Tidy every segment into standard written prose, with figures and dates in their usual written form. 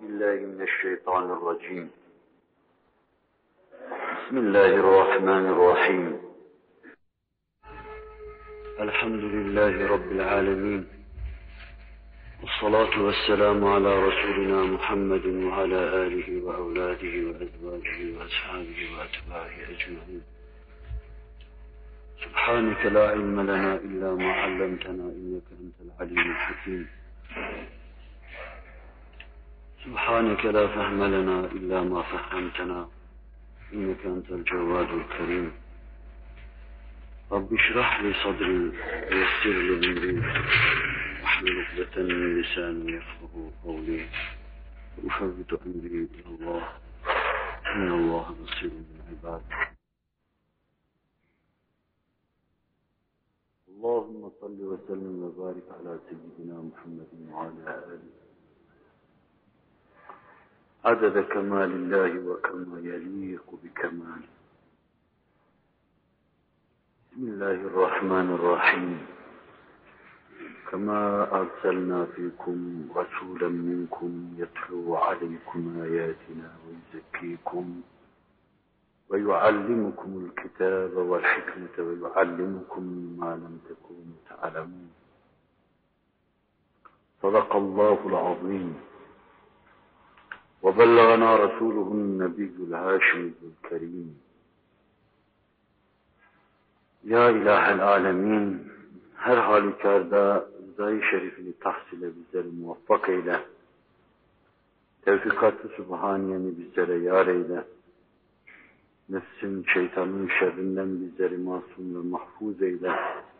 بالله من الشيطان الرجيم بسم الله الرحمن الرحيم الحمد لله رب العالمين والصلاة والسلام على رسولنا محمد وعلى آله وأولاده وأزواجه وأصحابه وأتباعه أجمعين سبحانك لا علم لنا إلا ما علمتنا إنك أنت العليم الحكيم سبحانك لا فهم لنا إلا ما فهمتنا إنك أنت الجواد الكريم رب اشرح لي صدري ويسر لي أمري واحلل عقدة من لساني يفقهوا قولي وأفوض أمري إلى الله إن الله بصير بالعباد اللهم صل وسلم وبارك على سيدنا محمد وعلى آله عدد كمال الله وكما يليق بكماله بسم الله الرحمن الرحيم كما أرسلنا فيكم رسولا منكم يتلو عليكم آياتنا ويزكيكم ويعلمكم الكتاب والحكمة ويعلمكم ما لم تكونوا تعلمون صدق الله العظيم وبلغنا رسوله النبي الهاشمي الكريم Ya İlahel Alemin, her halükarda rızayı şerifini tahsile bizleri muvaffak eyle. Tevfikat-ı Sübhaniye'ni bizlere yar eyle. Nefsin, şeytanın şerrinden bizleri masum ve mahfuz eyle.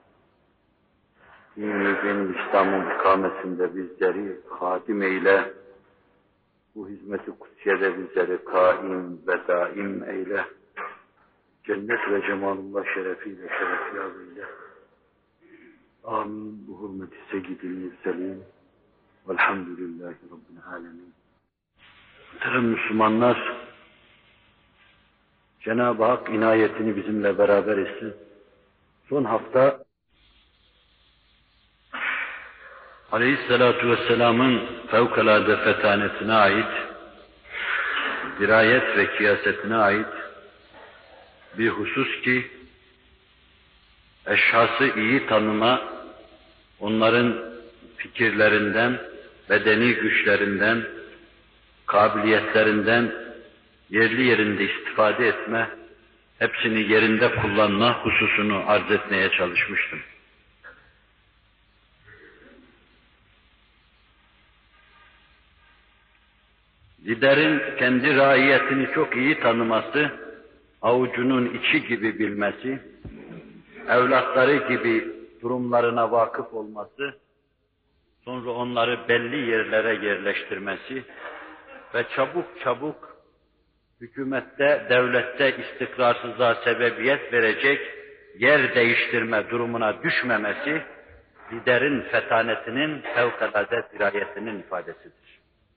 Din-i İslam'ın ikamesinde bizleri hadim eyle. Bu hizmet-i kutsiyede bizleri kaim ve daim eyle. Cennet ve cemalullah şerefiyle şerefiyat eyle. Amin. Bu hürmeti seyyidil mürselin. Velhamdülillahi Rabbil alemin. Muhterem Müslümanlar, Cenab-ı Hak inayetini bizimle beraber etsin. Son hafta Aleyhisselatu Vesselam'ın fevkalade fetanetine ait, dirayet ve kiyasetine ait bir husus ki, eşhası iyi tanıma, onların fikirlerinden, bedeni güçlerinden, kabiliyetlerinden yerli yerinde istifade etme, hepsini yerinde kullanma hususunu arz etmeye çalışmıştım. Liderin kendi raiyetini çok iyi tanıması, avucunun içi gibi bilmesi, evlatları gibi durumlarına vakıf olması, sonra onları belli yerlere yerleştirmesi ve çabuk çabuk hükümette, devlette istikrarsızlığa sebebiyet verecek yer değiştirme durumuna düşmemesi, liderin fetanetinin, fevkalade dirayetinin ifadesidir.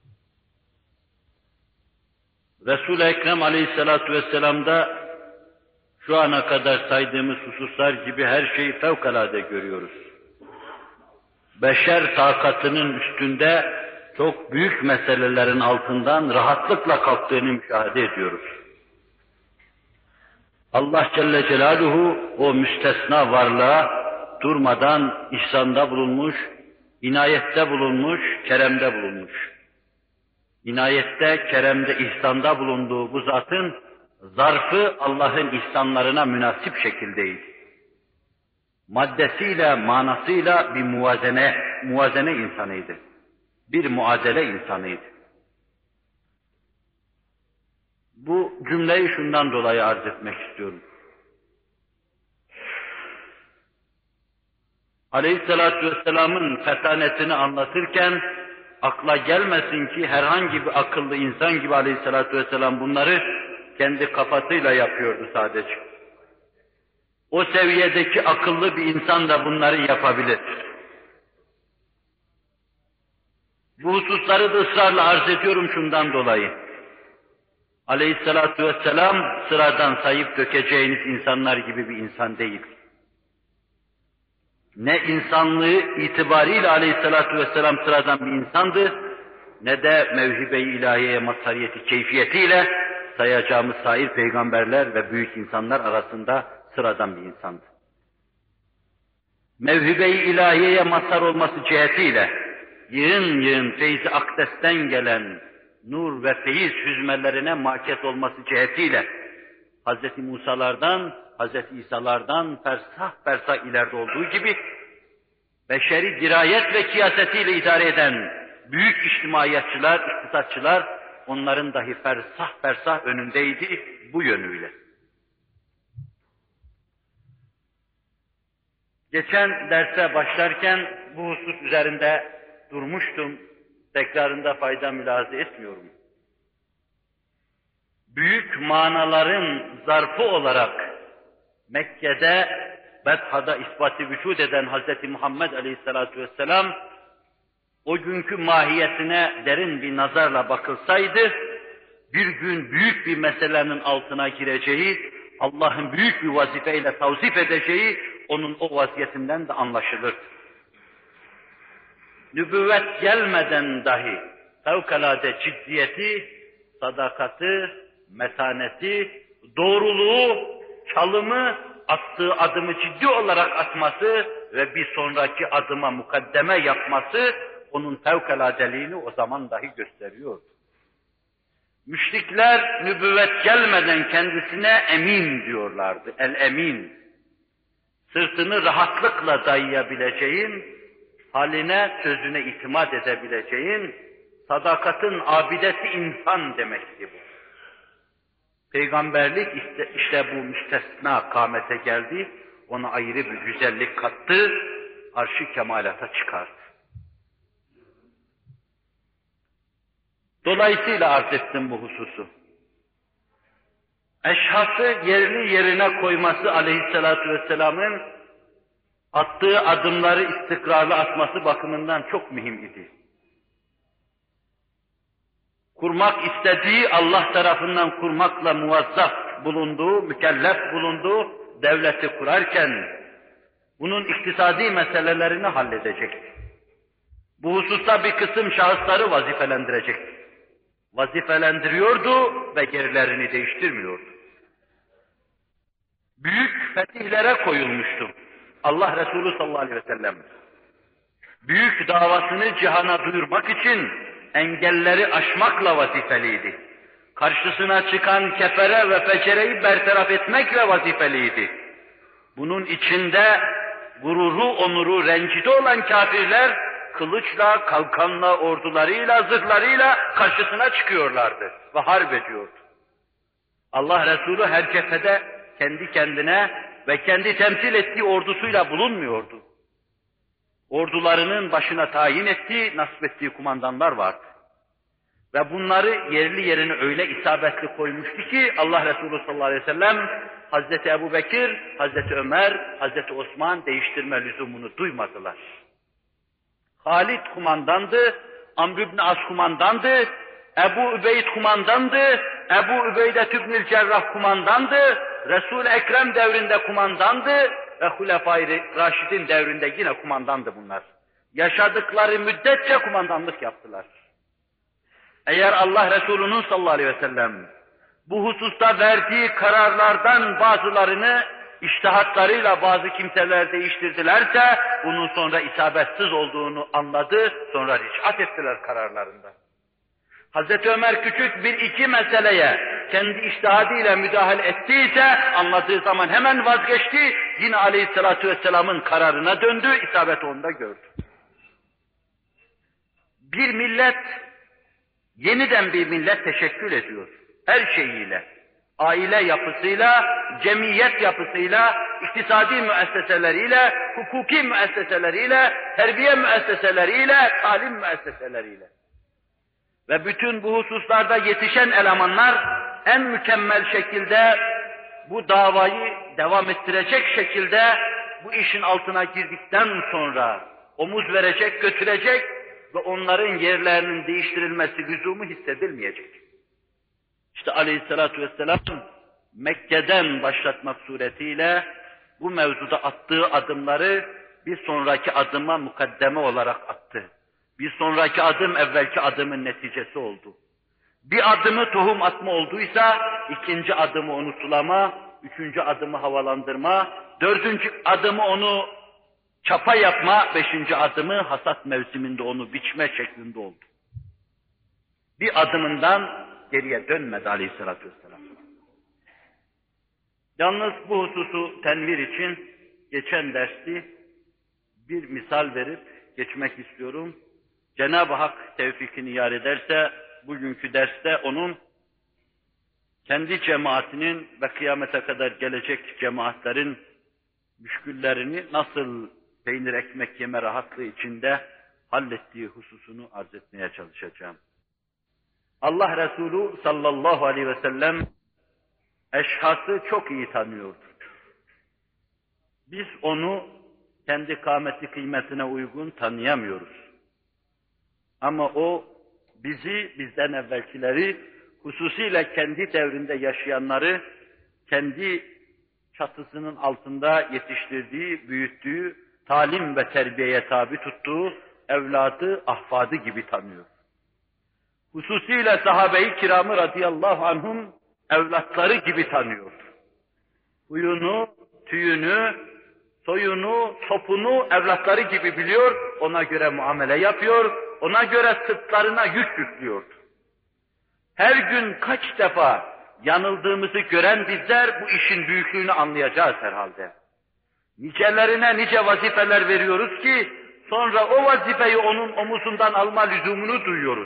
Resul-i Ekrem Aleyhisselatü Vesselam'da şu ana kadar saydığımız hususlar gibi her şeyi fevkalade görüyoruz. Beşer takatının üstünde çok büyük meselelerin altından rahatlıkla kalktığını müşahede ediyoruz. Allah Celle Celaluhu o müstesna varlığa durmadan ihsanda bulunmuş, inayette bulunmuş, keremde bulunmuş. İnayette, keremde, ihsanda bulunduğu bu zatın zarfı Allah'ın ihsanlarına münasip şekildeydi. Maddesiyle, manasıyla bir muvazene insanıydı. Bir muadele insanıydı. Bu cümleyi şundan dolayı arz etmek istiyorum. Aleyhisselatü Vesselam'ın fetanetini anlatırken akla gelmesin ki herhangi bir akıllı insan gibi Aleyhisselatü Vesselam bunları kendi kafasıyla yapıyordu sadece. O seviyedeki akıllı bir insan da bunları yapabilir. Bu hususları da ısrarla arz ediyorum şundan dolayı. Aleyhisselatü Vesselam sıradan sayıp dökeceğiniz insanlar gibi bir insan değil. Ne insanlığı itibariyle Aleyhisselatü Vesselam sıradan bir insandı, ne de mevhibe-i ilahiyeye mazhariyeti keyfiyetiyle sayacağımız sair peygamberler ve büyük insanlar arasında sıradan bir insandı. Mevhibe-i ilahiyeye mazhar olması cihetiyle yığın yığın feyz-i akdesten gelen nur ve feyiz hüzmelerine maket olması cihetiyle Hz. Musa'lardan, Hz. İsa'lardan fersah fersah ileride olduğu gibi beşeri dirayet ve kıyasetiyle idare eden büyük içtimaiyatçılar, iktisatçılar onların dahi fersah fersah önündeydi bu yönüyle. Geçen derse başlarken bu husus üzerinde durmuştum. Tekrarında fayda mülahaza etmiyorum. Büyük manaların zarfı olarak Mekke'de Betha'da ispat-ı vücud eden Hz. Muhammed Aleyhisselatü Vesselam o günkü mahiyetine derin bir nazarla bakılsaydı bir gün büyük bir meselenin altına gireceği, Allah'ın büyük bir vazifeyle tavzif edeceği onun o vaziyetinden de anlaşılır. Nübüvvet gelmeden dahi fevkalade ciddiyeti, sadakati, metaneti, doğruluğu, çalımı, attığı adımı ciddi olarak atması ve bir sonraki adıma mukaddeme yapması onun fevkaladeliğini o zaman dahi gösteriyordu. Müşrikler nübüvvet gelmeden kendisine emin diyorlardı. El-emin. Sırtını rahatlıkla dayayabileceğin, haline, sözüne itimat edebileceğin, sadakatın abidesi insan demekti bu. Peygamberlik işte bu müstesna kâmete geldi, ona ayrı bir güzellik kattı, arş-ı kemalata çıkardı. Dolayısıyla arz ettim bu hususu. Eşhası yerli yerine koyması aleyhissalatu vesselamın attığı adımları istikrarlı atması bakımından çok mühim idi. Kurmak istediği, Allah tarafından kurmakla muvazzaf bulunduğu, mükellef bulunduğu devleti kurarken bunun iktisadi meselelerini halledecekti. Bu hususta bir kısım şahısları vazifelendirecekti. Vazifelendiriyordu ve yerlerini değiştirmiyordu. Büyük fetihlere koyulmuştu Allah Resulü sallallahu aleyhi ve sellem. Büyük davasını cihana duyurmak için engelleri aşmakla vazifeliydi. Karşısına çıkan kefere ve fecereyi bertaraf etmekle vazifeliydi. Bunun içinde gururu, onuru rencide olan kafirler kılıçla, kalkanla, ordularıyla, zırhlarıyla karşısına çıkıyorlardı ve harp ediyordu. Allah Resulü her cephede kendi kendine ve kendi temsil ettiği ordusuyla bulunmuyordu. Ordularının başına tayin ettiği, nasip ettiği kumandanlar vardı. Ve bunları yerli yerine öyle isabetli koymuştu ki Allah Resulü sallallahu aleyhi ve sellem Hazreti Ebu Bekir, Hazreti Ömer, Hazreti Osman değiştirme lüzumunu duymadılar. Halid kumandandı, Amr ibn As kumandandı, Ebu Übeyd kumandandı, Ebu Übeyde ibnül Cerrah kumandandı, Resul-i Ekrem devrinde kumandandı ve Hulefai Raşidin devrinde yine kumandandı bunlar. Yaşadıkları müddetçe kumandanlık yaptılar. Eğer Allah Resulü'nün sallallahu aleyhi ve sellem bu hususta verdiği kararlardan bazılarını içtihatlarıyla bazı kimseler değiştirdilerse bunun sonra isabetsiz olduğunu anladı, sonra ric'at ettiler kararlarında. Hazreti Ömer küçük bir iki meseleye kendi içtihadıyla müdahale ettiyse anladığı zaman hemen vazgeçti, yine aleyhissalatu vesselamın kararına döndü, isabet onda gördü. Bir millet, yeniden bir millet teşekkül ediyor, her şeyiyle. Aile yapısıyla, cemiyet yapısıyla, iktisadi müesseseleriyle, hukuki müesseseleriyle, terbiye müesseseleriyle, talim müesseseleriyle. Ve bütün bu hususlarda yetişen elemanlar en mükemmel şekilde bu davayı devam ettirecek şekilde bu işin altına girdikten sonra omuz verecek, götürecek ve onların yerlerinin değiştirilmesi lüzumu hissedilmeyecek. İşte aleyhissalatu vesselam Mekke'den başlatmak suretiyle bu mevzuda attığı adımları bir sonraki adıma mukaddeme olarak attı. Bir sonraki adım evvelki adımın neticesi oldu. Bir adımı tohum atma olduysa, ikinci adımı onu sulama, üçüncü adımı havalandırma, dördüncü adımı onu çapa yapma, beşinci adımı hasat mevsiminde onu biçme şeklinde oldu. Bir adımından geriye dönmedi aleyhissalatü vesselam. Yalnız bu hususu tenvir için geçen dersi bir misal verip geçmek istiyorum. Cenab-ı Hak tevfikini yar ederse bugünkü derste onun kendi cemaatinin ve kıyamete kadar gelecek cemaatlerin müşküllerini nasıl peynir ekmek yeme rahatlığı içinde hallettiği hususunu arz etmeye çalışacağım. Allah Resulü sallallahu aleyhi ve sellem eşhası çok iyi tanıyordu. Biz onu kendi kâmeti kıymetine uygun tanıyamıyoruz. Ama o bizi, bizden evvelkileri, hususiyle kendi devrinde yaşayanları, kendi çatısının altında yetiştirdiği, büyüttüğü, talim ve terbiyeye tabi tuttuğu evladı, ahfadı gibi tanıyor. Hususiyle sahabe-i kiramı radıyallahu anhum evlatları gibi tanıyor. Huyunu, tüyünü, soyunu, sopunu evlatları gibi biliyor, ona göre muamele yapıyor, ona göre sırtlarına yük yüklüyordu. Her gün kaç defa yanıldığımızı gören bizler bu işin büyüklüğünü anlayacağız herhalde. Nicelerine nice vazifeler veriyoruz ki sonra o vazifeyi onun omuzundan alma lüzumunu duyuyoruz.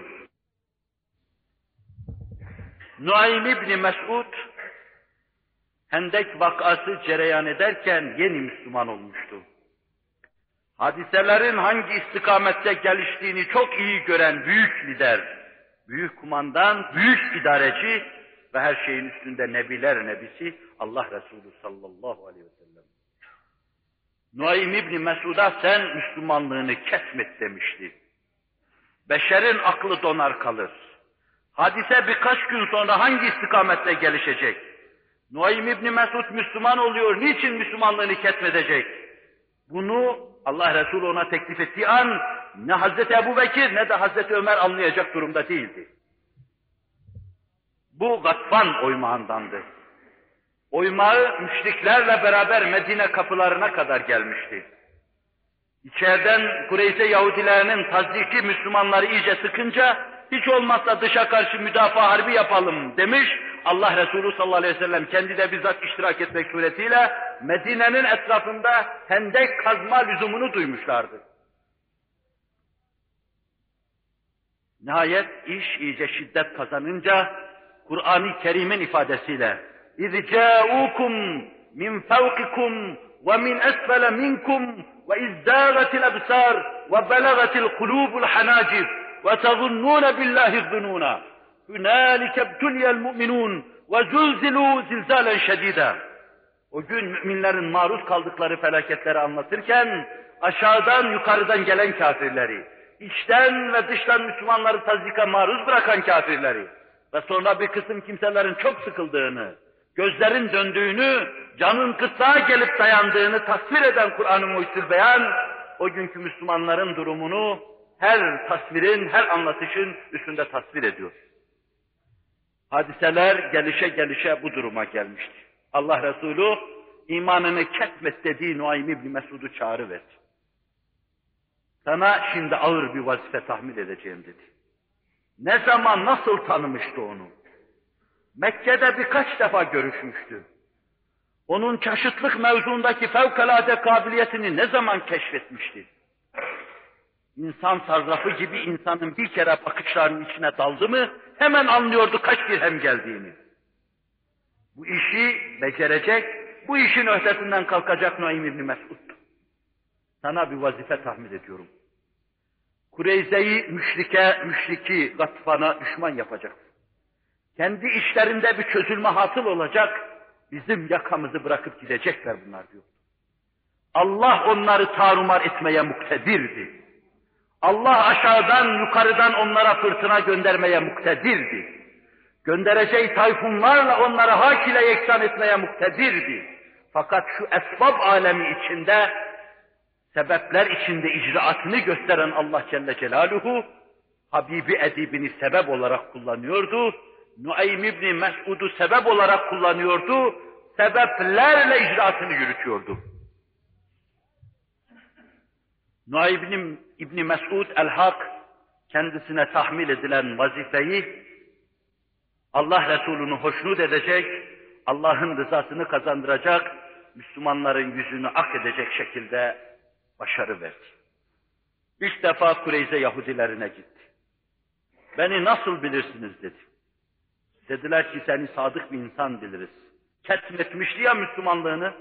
Nuaym İbni Mes'ud Hendek vakası cereyan ederken yeni Müslüman olmuştu. Hadiselerin hangi istikamette geliştiğini çok iyi gören büyük lider, büyük kumandan, büyük idareci ve her şeyin üstünde nebiler nebisi Allah Resulü sallallahu aleyhi ve sellem. Nuaym İbni Mes'ud'a sen Müslümanlığını ketmet demişti. Beşerin aklı donar kalır. Hadise birkaç gün sonra hangi istikamette gelişecek? Nuaym İbni Mes'ud Müslüman oluyor, niçin Müslümanlığını ketmedecek? Bunu Allah Resulü ona teklif ettiği an ne Hazreti Ebubekir ne de Hazreti Ömer anlayacak durumda değildi. Bu Gatfan oymağındandı. Oymağı müşriklerle beraber Medine kapılarına kadar gelmişti. İçeriden Kureyze Yahudilerinin tazdiki Müslümanları iyice sıkınca hiç olmazsa dışa karşı müdafaa harbi yapalım demiş. Allah Resulü sallallahu aleyhi ve sellem kendi de bizzat iştirak etmek suretiyle Medine'nin etrafında hendek kazma lüzumunu duymuşlardı. Nihayet iş iyice şiddet kazanınca Kur'an-ı Kerim'in ifadesiyle اِذْ جَاءُوكُمْ مِنْ فَوْقِكُمْ وَمِنْ أَسْفَلَ مِنْكُمْ وَإِذْ زَاغَتِ الْأَبْصَارُ وَبَلَغَتِ الْقُلُوبُ الْحَنَاجِرَ وَتَظُنُّونَ بِاللّٰهِ الظُّنُونَ هُنَالِكَ ابْتُلِيَ الْمُؤْمِنُونَ وَزُلْزِلُوا زِلْزَالًا شَدِيدًا. O gün müminlerin maruz kaldıkları felaketleri anlatırken aşağıdan yukarıdan gelen kafirleri, içten ve dıştan Müslümanları tazyika maruz bırakan kafirleri ve sonra bir kısım kimselerin çok sıkıldığını, gözlerin döndüğünü, canın kıtlığa gelip dayandığını tasvir eden Kur'an-ı Muhyüzül Beyan, o günkü Müslümanların durumunu her tasvirin, her anlatışın üstünde tasvir ediyor. Hadiseler gelişe gelişe bu duruma gelmişti. Allah Resulü imanını ketmet dediği Nuaym İbni Mes'ud'u çağırıverdi. Sana şimdi ağır bir vazife tahmil edeceğim dedi. Ne zaman, nasıl tanımıştı onu? Mekke'de birkaç defa görüşmüştü. Onun çeşitlik mevzuundaki fevkalade kabiliyetini ne zaman keşfetmişti? İnsan sarrafı gibi insanın bir kere bakışlarının içine daldı mı hemen anlıyordu kaç dirhem geldiğini. Bu işi becerecek, bu işin öhdesinden kalkacak Nuaym İbni Mes'ud. Sana bir vazife tahmin ediyorum. Kureyze'yi müşriki Gatfan'a düşman yapacak. Kendi işlerinde bir çözülme hasıl olacak, bizim yakamızı bırakıp gidecekler bunlar diyor. Allah onları tarumar etmeye muktedirdi. Allah aşağıdan yukarıdan onlara fırtına göndermeye muktedirdi. Göndereceği tayfunlarla onları hak ile yeksan etmeye muktedirdi. Fakat şu esbab alemi içinde sebepler içinde icraatını gösteren Allah Celle Celaluhu, Habibi edibini sebep olarak kullanıyordu. Nuaym İbni Mes'ud'u sebep olarak kullanıyordu. Sebeplerle icraatını yürütüyordu. Nuaym İbni Mes'ud el-Hak kendisine tahmil edilen vazifeyi Allah Resulü'nü hoşnut edecek, Allah'ın rızasını kazandıracak, Müslümanların yüzünü ak edecek şekilde başarı verdi. İlk defa Kureyze Yahudilerine gitti. Beni nasıl bilirsiniz dedi. Dediler ki seni sadık bir insan biliriz. Ketmetmişti ya Müslümanlığını.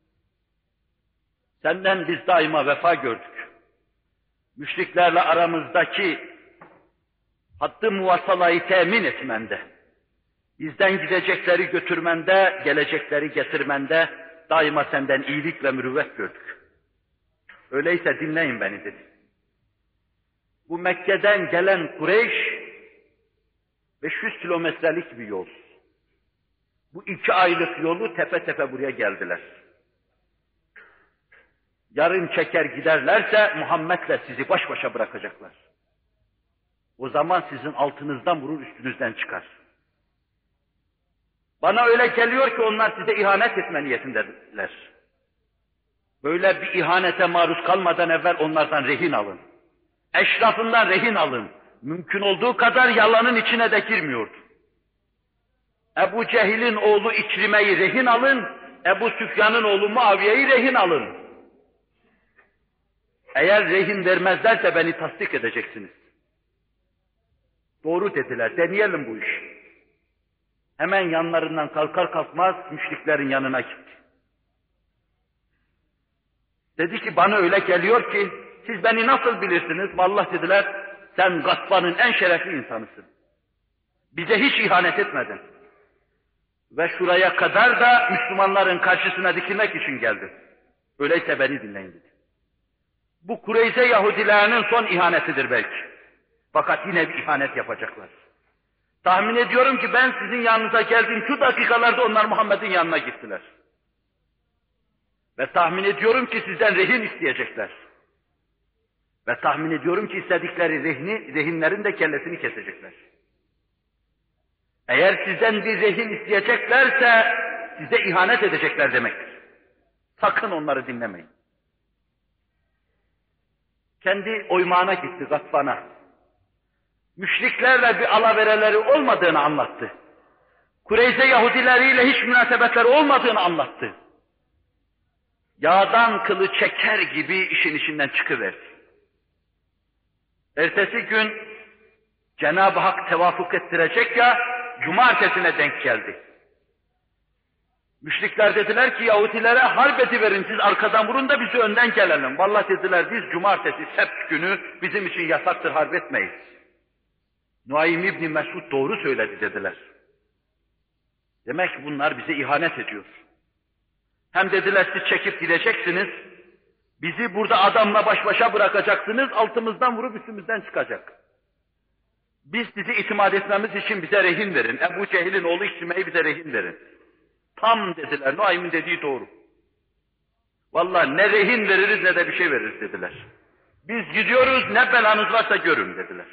Senden biz daima vefa gördük. Müşriklerle aramızdaki hattı muvasalayı temin etmende, bizden gidecekleri götürmende, gelecekleri getirmende daima senden iyilik ve mürüvvet gördük. Öyleyse dinleyin beni dedi. Bu Mekke'den gelen Kureyş 500 kilometrelik bir yol. Bu 2 aylık yolu tepe tepe buraya geldiler. Yarın çeker giderlerse Muhammed'le sizi baş başa bırakacaklar. O zaman sizin altınızdan vurur üstünüzden çıkar. Bana öyle geliyor ki onlar size ihanet etme niyetindeler. Böyle bir ihanete maruz kalmadan evvel onlardan rehin alın. Eşrafından rehin alın. Mümkün olduğu kadar yalanın içine de girmiyordu. Ebu Cehil'in oğlu İkrime'yi rehin alın, Ebu Süfyan'ın oğlu Muaviye'yi rehin alın. Eğer rehin vermezlerse beni tasdik edeceksiniz. Doğru dediler, deneyelim bu işi. Hemen yanlarından kalkar kalkmaz müşriklerin yanına gitti. Dedi ki bana öyle geliyor ki siz beni nasıl bilirsiniz? Vallahi dediler sen Gatfan'ın en şerefli insanısın. Bize hiç ihanet etmedin. Ve şuraya kadar da Müslümanların karşısına dikilmek için geldi. Öyleyse beni dinleyin dedi. Bu Kureyze Yahudilerinin son ihanetidir belki. Fakat yine bir ihanet yapacaklar. Tahmin ediyorum ki ben sizin yanınıza geldiğim şu dakikalarda onlar Muhammed'in yanına gittiler. Ve tahmin ediyorum ki sizden rehin isteyecekler. Ve tahmin ediyorum ki istedikleri rehinlerin de kellesini kesecekler. Eğer sizden bir rehin isteyeceklerse size ihanet edecekler demektir. Sakın onları dinlemeyin. Kendi oymağına gitti Gatfan'a. Müşriklerle bir alavereleri olmadığını anlattı. Kureyze Yahudileriyle hiç münasebetleri olmadığını anlattı. Yağdan kılı çeker gibi işin içinden çıkıverdi. Ertesi gün Cenab-ı Hak tevafuk ettirecek ya, cumartesine denk geldi. Müşrikler dediler ki Yahudilere harp ediverin, siz arkadan vurun da bizi önden gelelim. Vallahi dediler biz cumartesi, sebt günü bizim için yasaktır, harp etmeyiz. Nuaym İbni Mes'ud doğru söyledi dediler. Demek ki bunlar bize ihanet ediyor. Hem dediler siz çekip gideceksiniz, bizi burada adamla baş başa bırakacaksınız, altımızdan vurup üstümüzden çıkacak. Biz sizi itimat etmemiz için bize rehin verin. Ebu Cehil'in oğlu İkrime'yi bize rehin verin. Tam dediler, Nuaym'ın dediği doğru. Vallahi ne rehin veririz ne de bir şey veririz dediler. Biz gidiyoruz, ne belanız varsa görün dediler.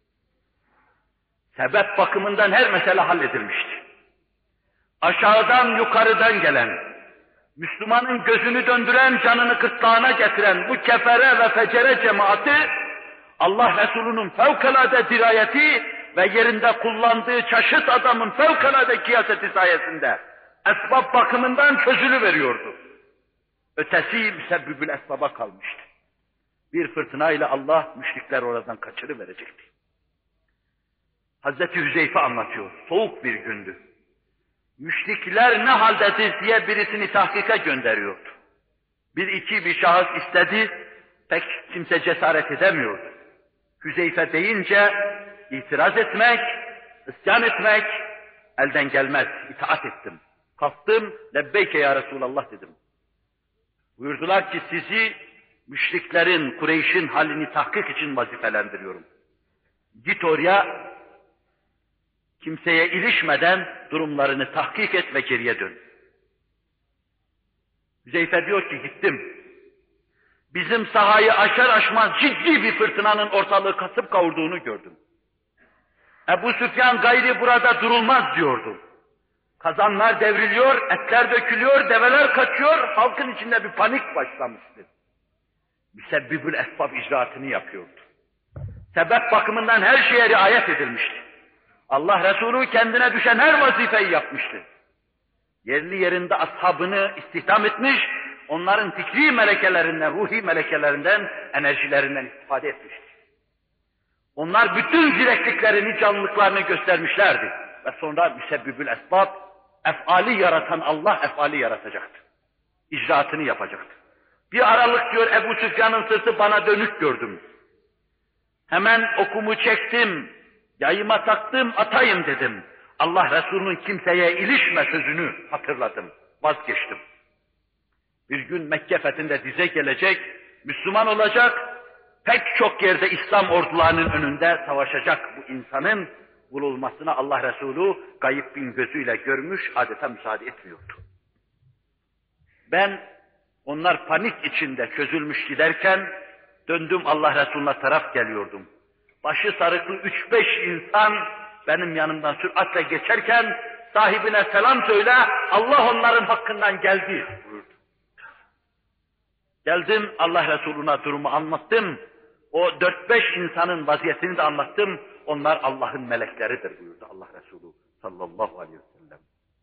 Sebep bakımından her mesele halledilmişti. Aşağıdan yukarıdan gelen, Müslümanın gözünü döndüren, canını gırtlağına getiren bu kefere ve fecere cemaati, Allah Resulü'nün fevkalade dirayeti ve yerinde kullandığı çeşit adamın fevkalade kıyaseti sayesinde esbab bakımından çözülüveriyordu. Ötesi müsebbibül esbaba kalmıştı. Bir fırtınayla Allah müşrikler oradan kaçırıverecekti. Hazreti Hüzeyfe anlatıyor, soğuk bir gündü. Müşrikler ne haldedir diye birisini tahkika gönderiyordu. Bir şahıs istedi, pek kimse cesaret edemiyordu. Hüzeyfe deyince itiraz etmek, isyan etmek elden gelmez, itaat ettim. Kalktım, lebbeyke ya Resulallah dedim. Buyurdular ki sizi müşriklerin, Kureyş'in halini tahkik için vazifelendiriyorum. Git oraya, kimseye ilişmeden durumlarını tahkik et ve geriye dön. Hüzeyfe diyor ki gittim. bizim sahayı aşar aşmaz ciddi bir fırtınanın ortalığı kasıp kavurduğunu gördüm. Ebu Süfyan gayri burada durulmaz diyordu. Kazanlar devriliyor, etler dökülüyor, develer kaçıyor, halkın içinde bir panik başlamıştı. Müsebbibül esbab icraatını yapıyordu. Sebep bakımından her şeye riayet edilmişti. Allah Resulü kendine düşen her vazifeyi yapmıştı. Yerli yerinde ashabını istihdam etmiş, onların fikri melekelerinden, ruhi melekelerinden, enerjilerinden istifade etmişti. Onlar bütün zirekliklerini, canlılıklarını göstermişlerdi. Ve sonra müsebbibül esbab, efali yaratan Allah efali yaratacaktı. İcraatını yapacaktı. Bir aralık diyor Ebu Süfyan'ın sırtı bana dönük gördüm. Hemen okumu çektim, yayıma taktım, atayım dedim. Allah Resulü'nün kimseye ilişme sözünü hatırladım, vazgeçtim. Bir gün Mekke fethinde dize gelecek, Müslüman olacak, pek çok yerde İslam ordularının önünde savaşacak bu insanın bulunmasına Allah Resulü gayip bin gözüyle görmüş, adeta müsaade etmiyordu. Ben onlar panik içinde çözülmüş giderken döndüm Allah Resulü'ne taraf geliyordum. Başı sarıklı 3-5 insan benim yanımdan süratle geçerken sahibine selam söyle, Allah onların hakkından geldi buyurdu. Geldim Allah Resulü'ne durumu anlattım. O 4-5 insanın vaziyetini de anlattım. Onlar Allah'ın melekleridir buyurdu Allah Resulü sallallahu aleyhi ve sellem.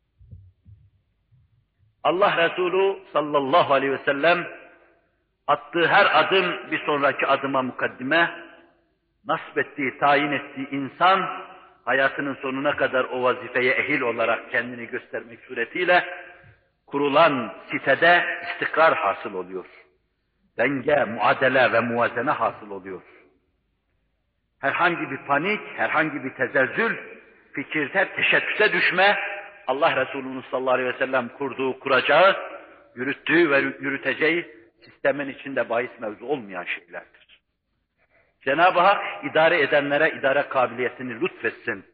Allah Resulü sallallahu aleyhi ve sellem attığı her adım bir sonraki adıma mukaddime, nasip ettiği, tayin ettiği insan hayatının sonuna kadar o vazifeye ehil olarak kendini göstermek suretiyle kurulan sitede istikrar hasıl oluyor. Denge, muadele ve muvazene hasıl oluyor. Herhangi bir panik, herhangi bir tezelzül, fikirde teşettüse düşme, Allah Resulü'nün sallallahu aleyhi ve sellem kurduğu, kuracağı, yürüttüğü ve yürüteceği sistemin içinde bahis mevzu olmayan şeylerdir. Cenab-ı Hak idare edenlere idare kabiliyetini lütfetsin.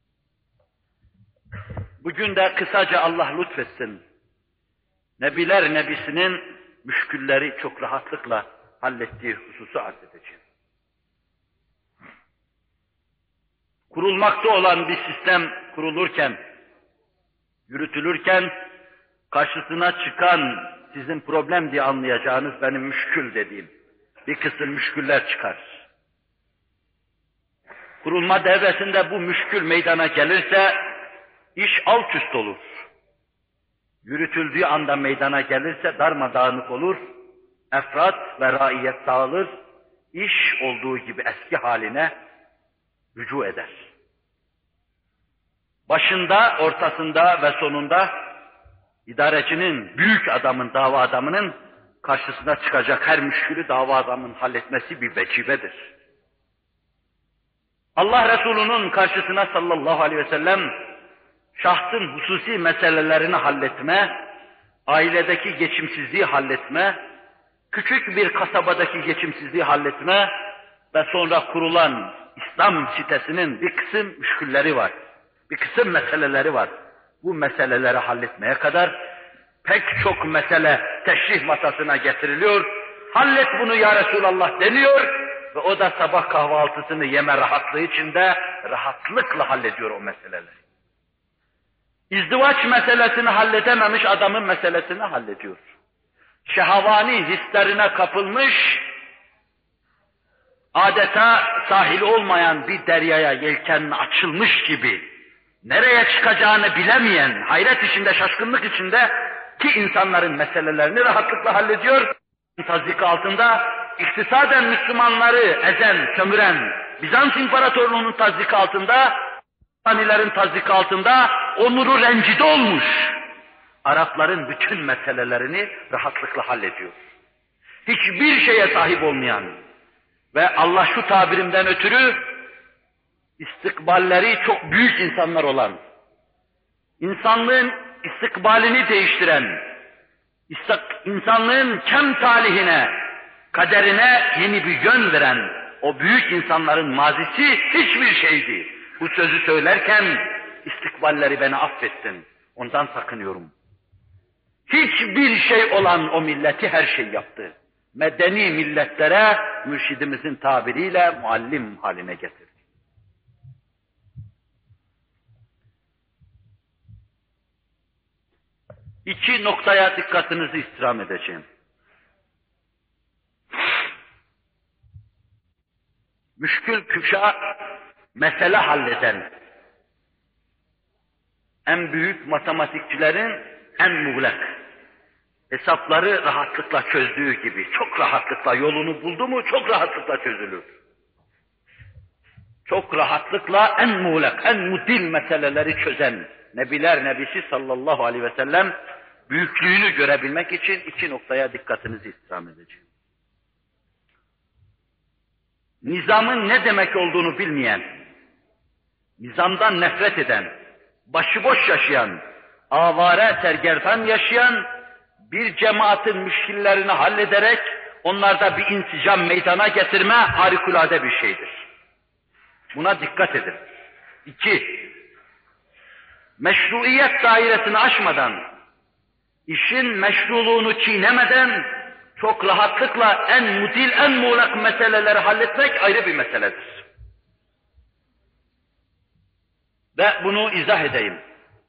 Bugün de kısaca Allah lütfetsin. Nebiler Nebisi'nin müşkülleri çok rahatlıkla hallettiği hususu arz edeceğim. Kurulmakta olan bir sistem kurulurken, yürütülürken, karşısına çıkan sizin problem diye anlayacağınız benim müşkül dediğim bir kısım müşküller çıkar. Kurulma devresinde bu müşkül meydana gelirse iş alt üst olur. Yürütüldüğü anda meydana gelirse darmadağınık olur, efrat ve raiyet dağılır, iş olduğu gibi eski haline rücu eder. Başında, ortasında ve sonunda idarecinin, büyük adamın, dava adamının karşısına çıkacak her müşkülü dava adamının halletmesi bir vecibedir. Allah Resulü'nün karşısına sallallahu aleyhi ve sellem şahsın hususi meselelerini halletme, ailedeki geçimsizliği halletme, küçük bir kasabadaki geçimsizliği halletme ve sonra kurulan İslam sitesinin bir kısım müşkülleri var, bir kısım meseleleri var. Bu meseleleri halletmeye kadar pek çok mesele teşrih masasına getiriliyor, hallet bunu ya Resulallah deniyor ve o da sabah kahvaltısını yeme rahatlığı içinde rahatlıkla hallediyor o meseleleri. İzdivaç meselesini halledememiş adamın meselesini hallediyor. Şehavani hislerine kapılmış, adeta sahili olmayan bir deryaya yelkenle açılmış gibi, nereye çıkacağını bilemeyen, hayret içinde, şaşkınlık içinde ki insanların meselelerini rahatlıkla hallediyor. Tazdik altında iktisaden Müslümanları ezen, sömüren Bizans İmparatorluğu'nun tazdik altında, Hanilerin tazdik altında onuru rencide olmuş. Arapların bütün meselelerini rahatlıkla hallediyor. Hiçbir şeye sahip olmayan ve Allah şu tabirimden ötürü istikballeri çok büyük insanlar olan, insanlığın istikbalini değiştiren, insanlığın kem talihine, kaderine yeni bir yön veren o büyük insanların mazisi hiçbir şeydi. Bu sözü söylerken istikballeri beni affetsin, ondan sakınıyorum. Hiçbir şey olan o milleti her şey yaptı. medeni milletlere mürşidimizin tabiriyle muallim haline getirdi. İki noktaya dikkatinizi istirham edeceğim. Müşkül küşa mesele halleden en büyük matematikçilerin en muğlak, hesapları rahatlıkla çözdüğü gibi, çok rahatlıkla yolunu buldu mu çok rahatlıkla çözülür. Çok rahatlıkla en muğlak, en mudil meseleleri çözen Nebiler Nebisi sallallahu aleyhi ve sellem büyüklüğünü görebilmek için iki noktaya dikkatinizi istirham edeceğim. Nizamın ne demek olduğunu bilmeyen, nizamdan nefret eden, başıboş yaşayan, avare sergerdan yaşayan bir cemaatin müşkillerini hallederek onlarda bir insicam meydana getirme harikulade bir şeydir. Buna dikkat edin. 2. Meşruiyet dairesini aşmadan, işin meşruluğunu çiğnemeden çok rahatlıkla en mudil, en muğlak meseleleri halletmek ayrı bir meseledir. Ve bunu izah edeyim.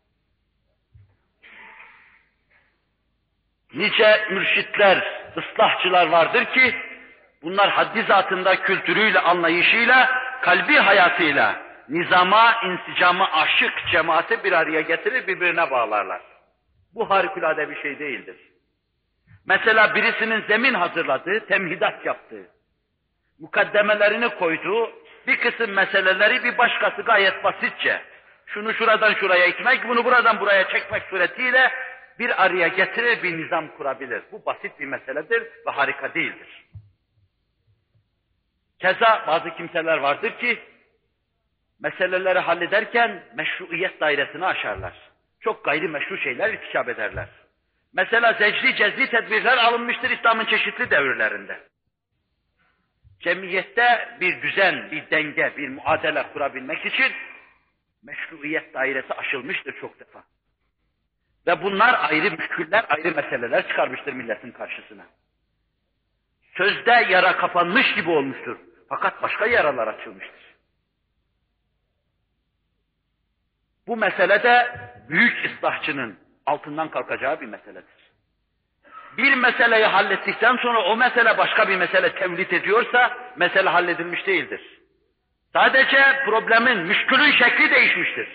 Nice mürşitler, ıslahçılar vardır ki, bunlar haddi zatında kültürüyle, anlayışıyla, kalbi hayatıyla, nizama, insicama aşık cemaati bir araya getirir, birbirine bağlarlar. Bu harikulade bir şey değildir. Mesela birisinin zemin hazırladığı, temhidat yaptığı, mukaddemelerini koyduğu bir kısım meseleleri bir başkası gayet basitçe, şunu şuradan şuraya itmek, bunu buradan buraya çekmek suretiyle bir araya getirir, bir nizam kurabilir. Bu basit bir meseledir ve harika değildir. Keza bazı kimseler vardır ki, meseleleri hallederken meşruiyet dairesini aşarlar. Çok gayrimeşru şeyler irtikap ederler. Mesela zecri cezri tedbirler alınmıştır İslam'ın çeşitli devirlerinde. Cemiyette bir düzen, bir denge, bir muadele kurabilmek için meşruiyet dairesi aşılmıştır çok defa. Ve bunlar ayrı müşküller, ayrı meseleler çıkarmıştır milletin karşısına. Sözde yara kapanmış gibi olmuştur. Fakat başka yaralar açılmıştır. Bu mesele de büyük ıslahçının altından kalkacağı bir meseledir. Bir meseleyi hallettikten sonra o mesele başka bir mesele tevlit ediyorsa mesele halledilmiş değildir. Sadece problemin, müşkülün şekli değişmiştir.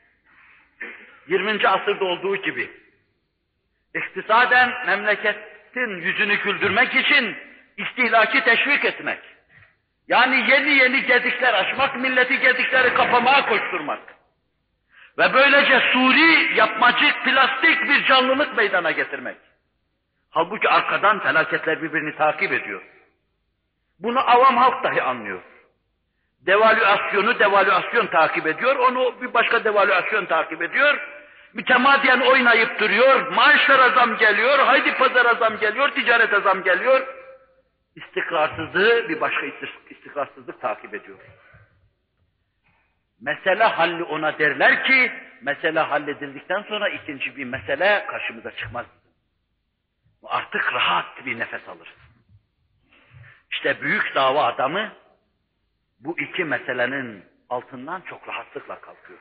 20. asırda olduğu gibi. İktisaden memleketin yüzünü güldürmek için istihlaki teşvik etmek. Yani yeni gedikler açmak, milleti gedikleri kapamaya koşturmak. Ve böylece suri, yapmacık, plastik bir canlılık meydana getirmek. Halbuki arkadan felaketler birbirini takip ediyor. Bunu avam halk dahi anlıyor. Devalüasyonu devalüasyon takip ediyor, onu bir başka devalüasyon takip ediyor. Mütemadiyen oynayıp duruyor, maaşlara zam geliyor, haydi pazara zam geliyor, ticarete zam geliyor. İstikrarsızlığı bir başka istikrarsızlık takip ediyor. Mesele halli ona derler ki, mesele halledildikten sonra ikinci bir mesele karşımıza çıkmaz. Artık rahat bir nefes alırız. İşte büyük dava adamı bu iki meselenin altından çok rahatlıkla kalkıyor.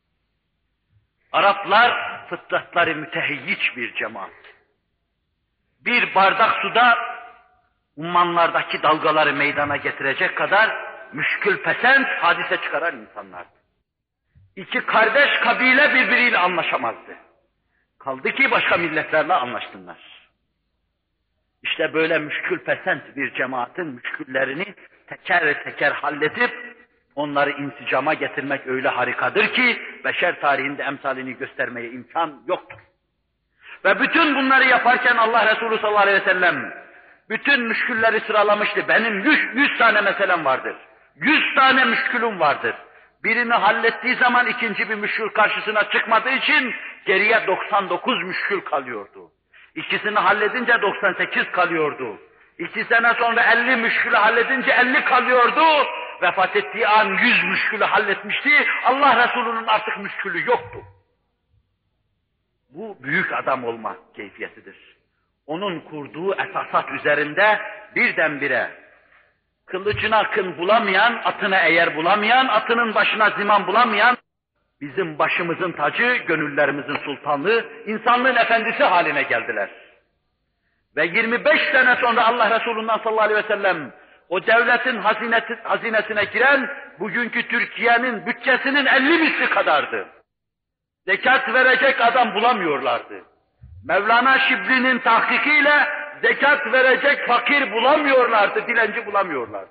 Araplar fıtratları mütehiyyiç bir cemaat. Bir bardak suda ummanlardaki dalgaları meydana getirecek kadar müşkül pesent hadise çıkaran insanlardı. İki kardeş kabile birbiriyle anlaşamazdı. Kaldı ki başka milletlerle anlaştılar. İşte böyle müşkül pesent bir cemaatin müşküllerini teker teker halledip onları insicama getirmek öyle harikadır ki beşer tarihinde emsalini göstermeye imkan yoktur. Ve bütün bunları yaparken Allah Resulü sallallahu aleyhi ve sellem bütün müşkülleri sıralamıştı. Benim 100 tane meselem vardır. 100 tane müşkülüm vardır. Birini hallettiği zaman ikinci bir müşkül karşısına çıkmadığı için geriye 99 müşkül kalıyordu. İkisini halledince 98 kalıyordu. 2 sene sonra 50 müşkülü halledince 50 kalıyordu. Vefat ettiği an 100 müşkülü halletmişti. Allah Resulü'nün artık müşkülü yoktu. Bu büyük adam olma keyfiyetidir. onun kurduğu esasat üzerinde birdenbire kılıcına kın bulamayan, atına eğer bulamayan, atının başına ziman bulamayan, bizim başımızın tacı, gönüllerimizin sultanlığı, insanlığın efendisi haline geldiler. Ve 25 sene sonra Allah Resulü'nden sallallahu aleyhi ve sellem o devletin hazinesine giren bugünkü Türkiye'nin bütçesinin 50 misli kadardı. Zekat verecek adam bulamıyorlardı. Mevlana Şibli'nin tahkikiyle zekat verecek fakir bulamıyorlardı, dilenci bulamıyorlardı.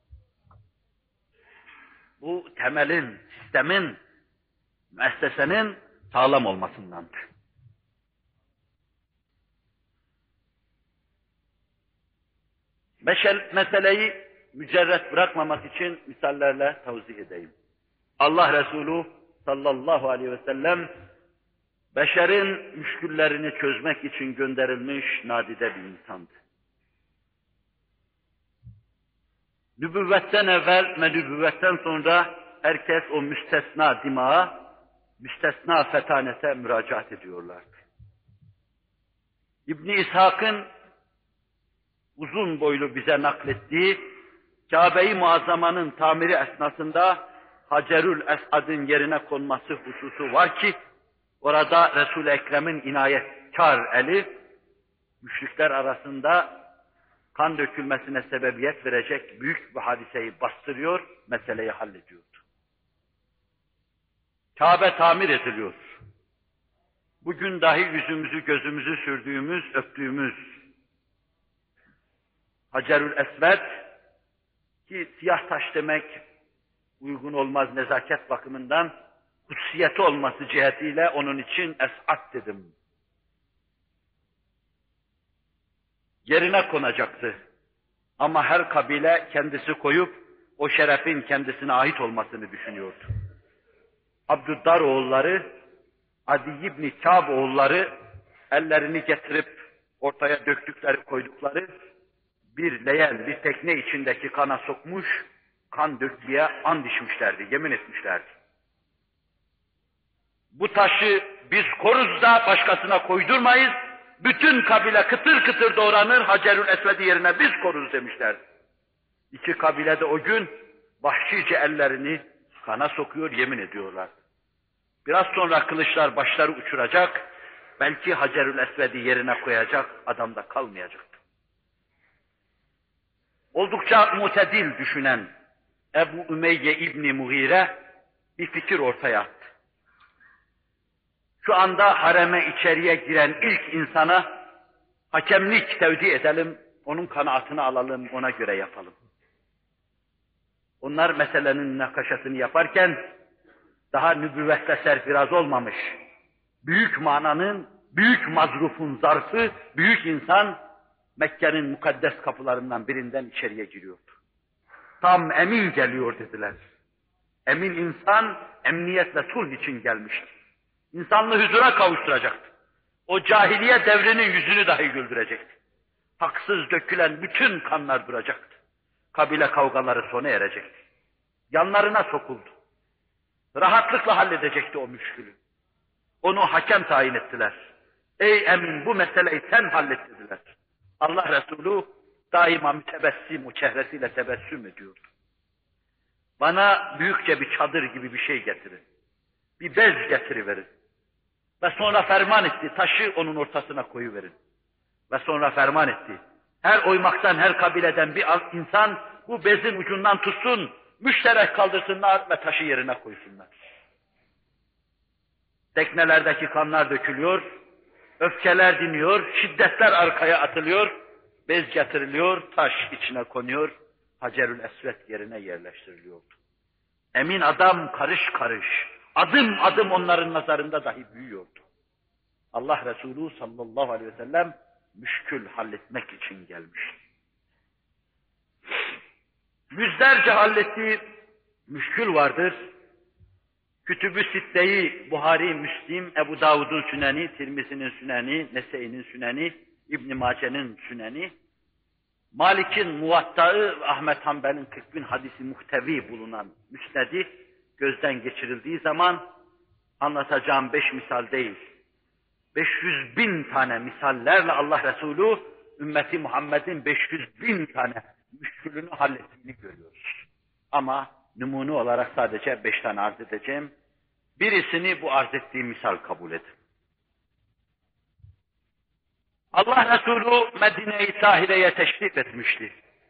Bu temelin, sistemin, müessesenin sağlam olmasındandı. Meseleyi mücerret bırakmamak için misallerle tavzih edeyim. Allah Resulü sallallahu aleyhi ve sellem beşerin müşküllerini çözmek için gönderilmiş nadide bir insandı. Nübüvvetten evvel ve nübüvvetten sonra herkes o müstesna dimağa, müstesna fetanete müracaat ediyorlardı. İbn İshak'ın uzun boylu bize naklettiği Kabe-i Muazzama'nın tamiri esnasında Hacerül Esad'ın yerine konması hususu var ki orada Resul-i Ekrem'in inayetkar eli müşrikler arasında kan dökülmesine sebebiyet verecek büyük bir hadiseyi bastırıyor, meseleyi hallediyordu. Kabe tamir ediliyor. Bugün dahi yüzümüzü, gözümüzü sürdüğümüz, öptüğümüz Hacerül Esved, ki siyah taş demek uygun olmaz nezaket bakımından, kutsiyeti olması cihetiyle onun için Esad dedim. Yerine konacaktı. Ama her kabile kendisi koyup o şerefin kendisine ait olmasını düşünüyordu. Abdüddar oğulları, Adi İbn-i Kâb oğulları ellerini getirip ortaya döktükleri, koydukları bir leğen, bir tekne içindeki kana sokmuş, kan dökmeye and içmişlerdi, yemin etmişlerdi. Bu taşı biz koruz da başkasına koydurmayız, bütün kabile kıtır kıtır doğranır, Hacerül Esved'i yerine biz koruz demişlerdi. İki kabile de o gün vahşice ellerini kana sokuyor, yemin ediyorlar. Biraz sonra kılıçlar başları uçuracak, belki Hacerül Esved'i yerine koyacak, adam da kalmayacaktı. Oldukça mutedil düşünen Ebu Ümeyye İbni Mughire bir fikir ortaya attı. Şu anda hareme içeriye giren ilk insana hakemlik tevdi edelim, onun kanaatını alalım, ona göre yapalım. Onlar meselenin münakaşasını yaparken daha nübüvvette serfiraz olmamış, büyük mananın, büyük mazrufun zarfı, büyük insan Mekke'nin mukaddes kapılarından birinden içeriye giriyordu. Tam emin geliyor dediler. Emin insan emniyet ve sulh için gelmişti. İnsanlığı huzura kavuşturacaktı. O cahiliye devrinin yüzünü dahi güldürecekti. Haksız dökülen bütün kanlar duracaktı. Kabile kavgaları sona erecekti. Yanlarına sokuldu. Rahatlıkla halledecekti o müşkülü. Onu hakem tayin ettiler. Ey emin bu meseleyi sen hallet dediler. Allah Resulü daima mütebessim, o çehresiyle tebessüm ediyordu. Bana büyükçe bir çadır gibi bir şey getirin. Bir bez getiriverin. Ve sonra ferman etti, taşı onun ortasına koyuverin. Ve sonra ferman etti. Her oymaktan, her kabileden bir insan bu bezin ucundan tutsun, müşterek kaldırsınlar ve taşı yerine koysunlar. Teknelerdeki kanlar dökülüyor, öfkeler diniyor, şiddetler arkaya atılıyor, bez getiriliyor, taş içine konuyor, Hacerül Esved yerine yerleştiriliyordu. Emin adam karış karış, adım adım onların nazarında dahi büyüyordu. Allah Resulü sallallahu aleyhi ve sellem müşkül halletmek için gelmiş. Yüzlerce hallettiği müşkül vardır. Kütüb-ü Sitte'yi Buhari, Müslim, Ebu Davud'un Süneni, Tirmizi'nin Süneni, Nese'inin Süneni, İbn-i Mace'nin Süneni, Malik'in Muvatta'ı, Ahmet Hanbel'in 40.000 hadisi muhtevi bulunan müsnedi gözden geçirildiği zaman anlatacağım 5 misal değil, 500.000 tane misallerle Allah Resulü, ümmeti Muhammed'in 500.000 tane müşkülünü hallettiğini görüyoruz. Ama numune olarak sadece 5 tane arz edeceğim. Birisini bu arz ettiğim misal kabul edin. Allah Resulü Medine-i Tahire'ye teşrif etmişti.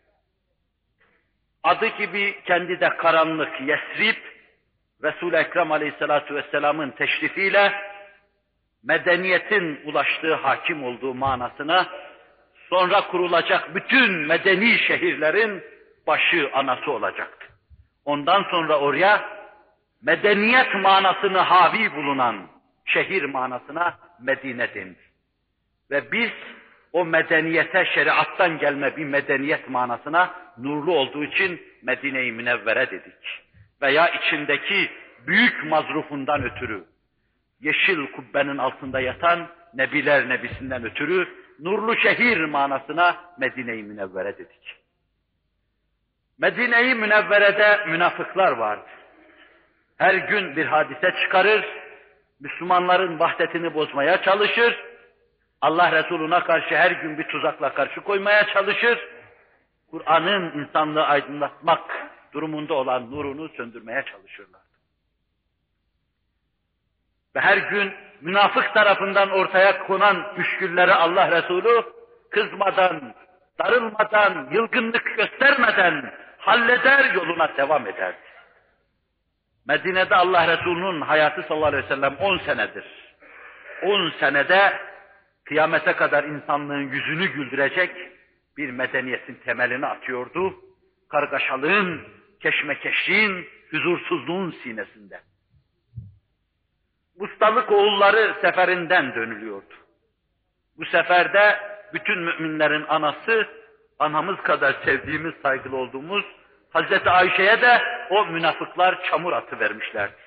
Adı gibi kendi de karanlık Yesrib, Resul-i Ekrem Aleyhisselatü Vesselam'ın teşrifiyle medeniyetin ulaştığı, hakim olduğu manasına, sonra kurulacak bütün medeni şehirlerin başı, anası olacaktı. Ondan sonra oraya medeniyet manasını havi bulunan şehir manasına Medine dendi. Ve biz o medeniyete, şeriattan gelme bir medeniyet manasına nurlu olduğu için Medine-i Münevvere dedik. Veya içindeki büyük mazrufundan ötürü, yeşil kubbenin altında yatan Nebiler Nebisinden ötürü nurlu şehir manasına Medine-i Münevvere dedik. Medine-i Münevvere'de münafıklar vardı. Her gün bir hadise çıkarır, Müslümanların vahdetini bozmaya çalışır, Allah Resulü'ne karşı her gün bir tuzakla karşı koymaya çalışır, Kur'an'ın insanlığı aydınlatmak durumunda olan nurunu söndürmeye çalışırlar. Ve her gün münafık tarafından ortaya konan müşkülleri Allah Resulü kızmadan, darılmadan, yılgınlık göstermeden halleder, yoluna devam ederdi. Medine'de Allah Resulü'nün hayatı sallallahu aleyhi ve sellem 10 senedir. 10 senede kıyamete kadar insanlığın yüzünü güldürecek bir medeniyetin temelini atıyordu. Kargaşalığın, keşmekeşliğin, huzursuzluğun sinesinde. Ustalık oğulları seferinden dönülüyordu. Bu seferde bütün müminlerin anası, anamız kadar sevdiğimiz, saygılı olduğumuz Hazreti Ayşe'ye de o münafıklar çamur atıvermişlerdi.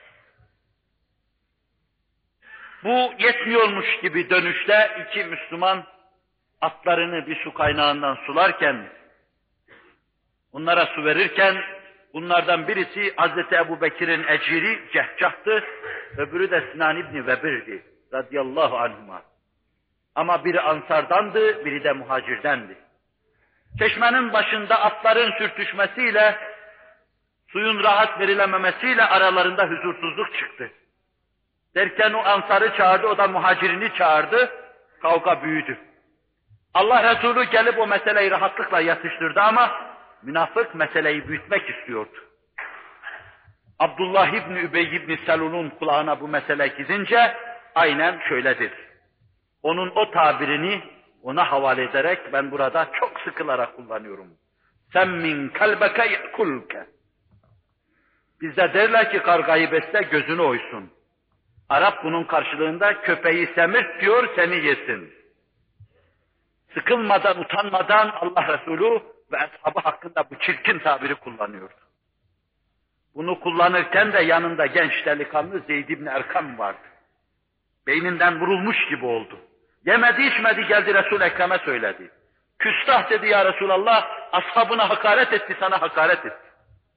Bu yetmiyormuş gibi dönüşte iki Müslüman atlarını bir su kaynağından sularken, onlara su verirken, bunlardan birisi Hazreti Ebu Bekir'in eciri Cehcah'tı, öbürü de Sinan İbni Vebir'di radıyallahu anhuma. Ama biri Ansar'dandı, biri de muhacirdendi. Çeşmenin başında atların sürtüşmesiyle, suyun rahat verilememesiyle aralarında huzursuzluk çıktı. Derken o Ansar'ı çağırdı, o da muhacirini çağırdı, kavga büyüdü. Allah Resulü gelip o meseleyi rahatlıkla yatıştırdı ama münafık meseleyi büyütmek istiyordu. Abdullah İbni Übey İbni Selul'un kulağına bu mesele gidince aynen şöyle dedi. Onun o tabirini ona havale ederek ben burada çok sıkılarak kullanıyorum. Semmin kalbeke yekulke. Bizde derler ki kargayı besle gözünü oysun. Arap bunun karşılığında köpeği semirt diyor seni yesin. Sıkılmadan, utanmadan Allah Resulü ve ashabı hakkında bu çirkin tabiri kullanıyordu. Bunu kullanırken de yanında genç delikanlı Zeyd ibn Erkam vardı. Beyninden vurulmuş gibi oldu. Yemedi içmedi geldi Resul-i Ekrem'e söyledi. Küstah dedi ya Resulallah, ashabına hakaret etti, sana hakaret etti.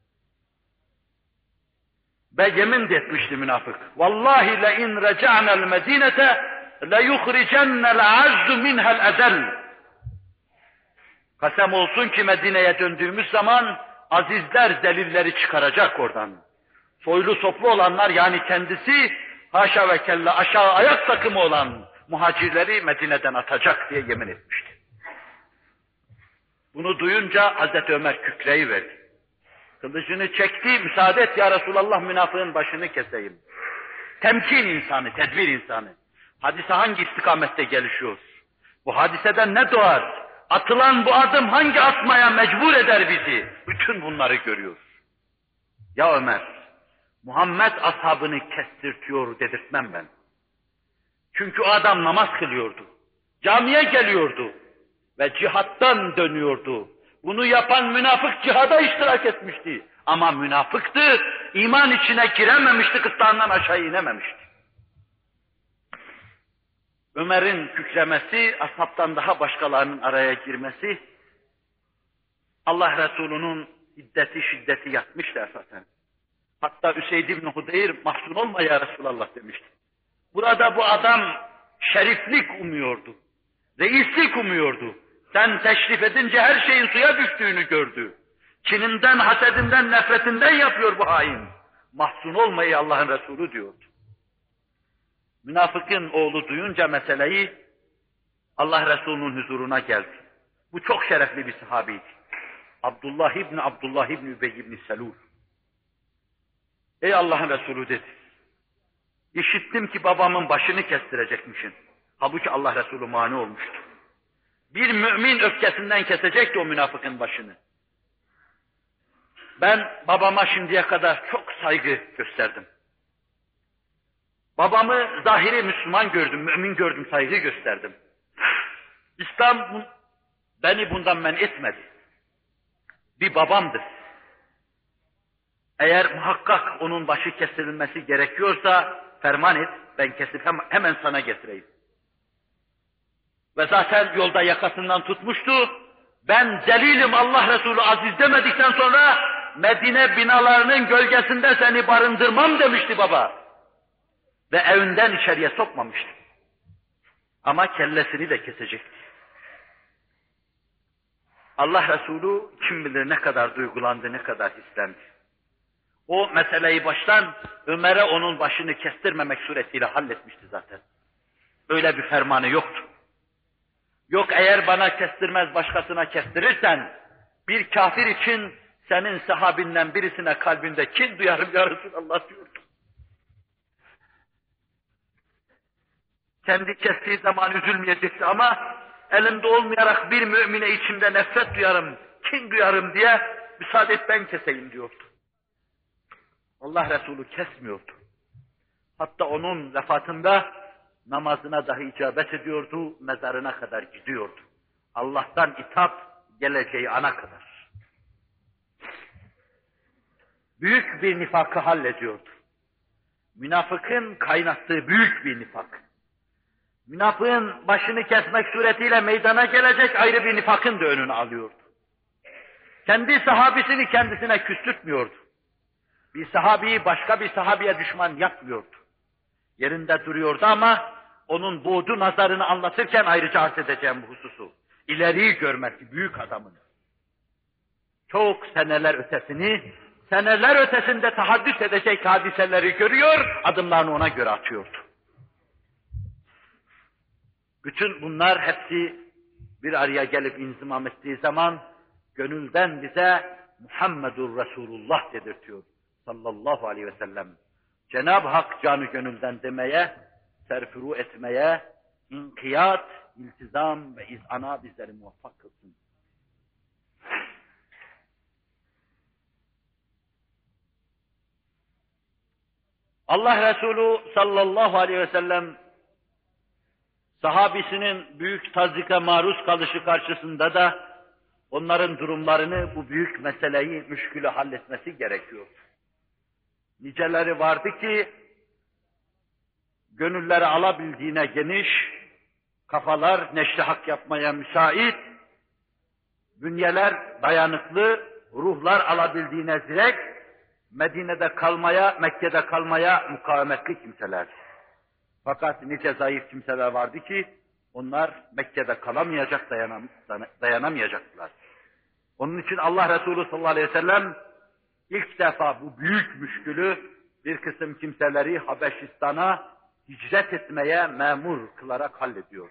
Ve yemin de etmişti münafık. Vallahi le in reca'na'l medinete le yuhricennel azzu minha'l ezel. Kasem olsun ki Medine'ye döndüğümüz zaman azizler zelilleri çıkaracak oradan. Soylu soplu olanlar yani kendisi haşa ve kella aşağı ayak takımı olan muhacirleri Medine'den atacak diye yemin etmişti. Bunu duyunca Hazreti Ömer kükreyi verdi. Kılıcını çekti, müsaade et ya Resulallah münafığın başını keseyim. Temkin insanı, tedbir insanı. Hadise hangi istikamette gelişiyor? Bu hadiseden ne doğar? Atılan bu adım hangi atmaya mecbur eder bizi? Bütün bunları görüyoruz. Ya Ömer, Muhammed ashabını kestirtiyor dedirtmem ben. Çünkü o adam namaz kılıyordu. Camiye geliyordu. Ve cihattan dönüyordu. Bunu yapan münafık cihada iştirak etmişti. Ama münafıktı, iman içine girememişti, kıtlağından aşağı inememişti. Ömer'in kükremesi, ashabtan daha başkalarının araya girmesi, Allah Resulü'nün şiddeti yatmıştı esasen. Hatta Üseyd ibn Hudeyr mahzun olma ya Resulallah demişti. Burada bu adam şeriflik umuyordu. Reislik umuyordu. Sen teşrif edince her şeyin suya düştüğünü gördü. Kininden, hasedinden, nefretinden yapıyor bu hain. Mahzun olmayı Allah'ın Resulü diyordu. Münafıkın oğlu duyunca meseleyi Allah Resulü'nün huzuruna geldi. Bu çok şerefli bir sahabeydi. Abdullah İbni Übey İbni Selul. Ey Allah'ın Resulü dedi. İşittim ki babamın başını kestirecekmişsin. Halbuki Allah Resulü mani olmuştu. Bir mümin öfkesinden kesecekti o münafıkın başını. Ben babama şimdiye kadar çok saygı gösterdim. Babamı zahiri Müslüman gördüm, mümin gördüm, saygı gösterdim. İslam beni bundan men etmedi. Bir babamdır. Eğer muhakkak onun başı kesilmesi gerekiyorsa ferman et, ben kesip hemen sana getireyim. Ve zaten yolda yakasından tutmuştu. Ben delilim Allah Resulü aziz demedikten sonra Medine binalarının gölgesinde seni barındırmam demişti baba. Ve evinden içeriye sokmamıştı. Ama kellesini de kesecekti. Allah Resulü kim bilir ne kadar duygulandı, ne kadar hislendi. O meseleyi baştan Ömer'e onun başını kestirmemek suretiyle halletmişti zaten. Öyle bir fermanı yoktu. Yok eğer bana kestirmez başkasına kestirirsen, bir kafir için senin sahabinden birisine kalbinde kin duyarım ya Resulallah diyordu. Kendi kestiği zaman üzülmeyecekti ama elimde olmayarak bir mümine içimde nefret duyarım, kin duyarım diye müsaade et ben keseyim diyordu. Allah Resulü kesmiyordu. Hatta onun vefatında namazına dahi icabet ediyordu, mezarına kadar gidiyordu. Allah'tan itap geleceği ana kadar. Büyük bir nifakı hallediyordu. Münafıkın kaynattığı büyük bir nifak. Münafığın başını kesmek suretiyle meydana gelecek ayrı bir nifakın da önünü alıyordu. Kendi sahabisini kendisine küstürtmüyordu. Bir sahabiyi başka bir sahabiye düşman yapmıyordu. Yerinde duruyordu ama onun buğdu nazarını anlatırken ayrıca arz edeceğim bu hususu. İleriyi görmesi büyük adamın. Çok seneler ötesini, seneler ötesinde tahaddüs edecek hadiseleri görüyor, adımlarını ona göre atıyordu. Bütün bunlar hepsi bir araya gelip inzimam ettiği zaman gönülden bize Muhammedur Resulullah dedirtiyor sallallahu aleyhi ve sellem. Cenab-ı Hak canı gönülden demeye, serfuru etmeye, inkiyat, iltizam ve izana bizleri muvaffak kılsın. Allah Resulü sallallahu aleyhi ve sellem sahabisinin büyük tazika maruz kalışı karşısında da onların durumlarını, bu büyük meseleyi, müşkülü halletmesi gerekiyor. Niceleri vardı ki, gönülleri alabildiğine geniş, kafalar neşri hak yapmaya müsait, bünyeler dayanıklı, ruhlar alabildiğine zirek, Medine'de kalmaya, Mekke'de kalmaya mukavemetli kimseler. Fakat nice zayıf kimseler vardı ki, onlar Mekke'de kalamayacak, dayanamayacaklar. Onun için Allah Resulü sallallahu aleyhi ve sellem ilk defa bu büyük müşkülü bir kısım kimseleri Habeşistan'a hicret etmeye memur kılarak hallediyor.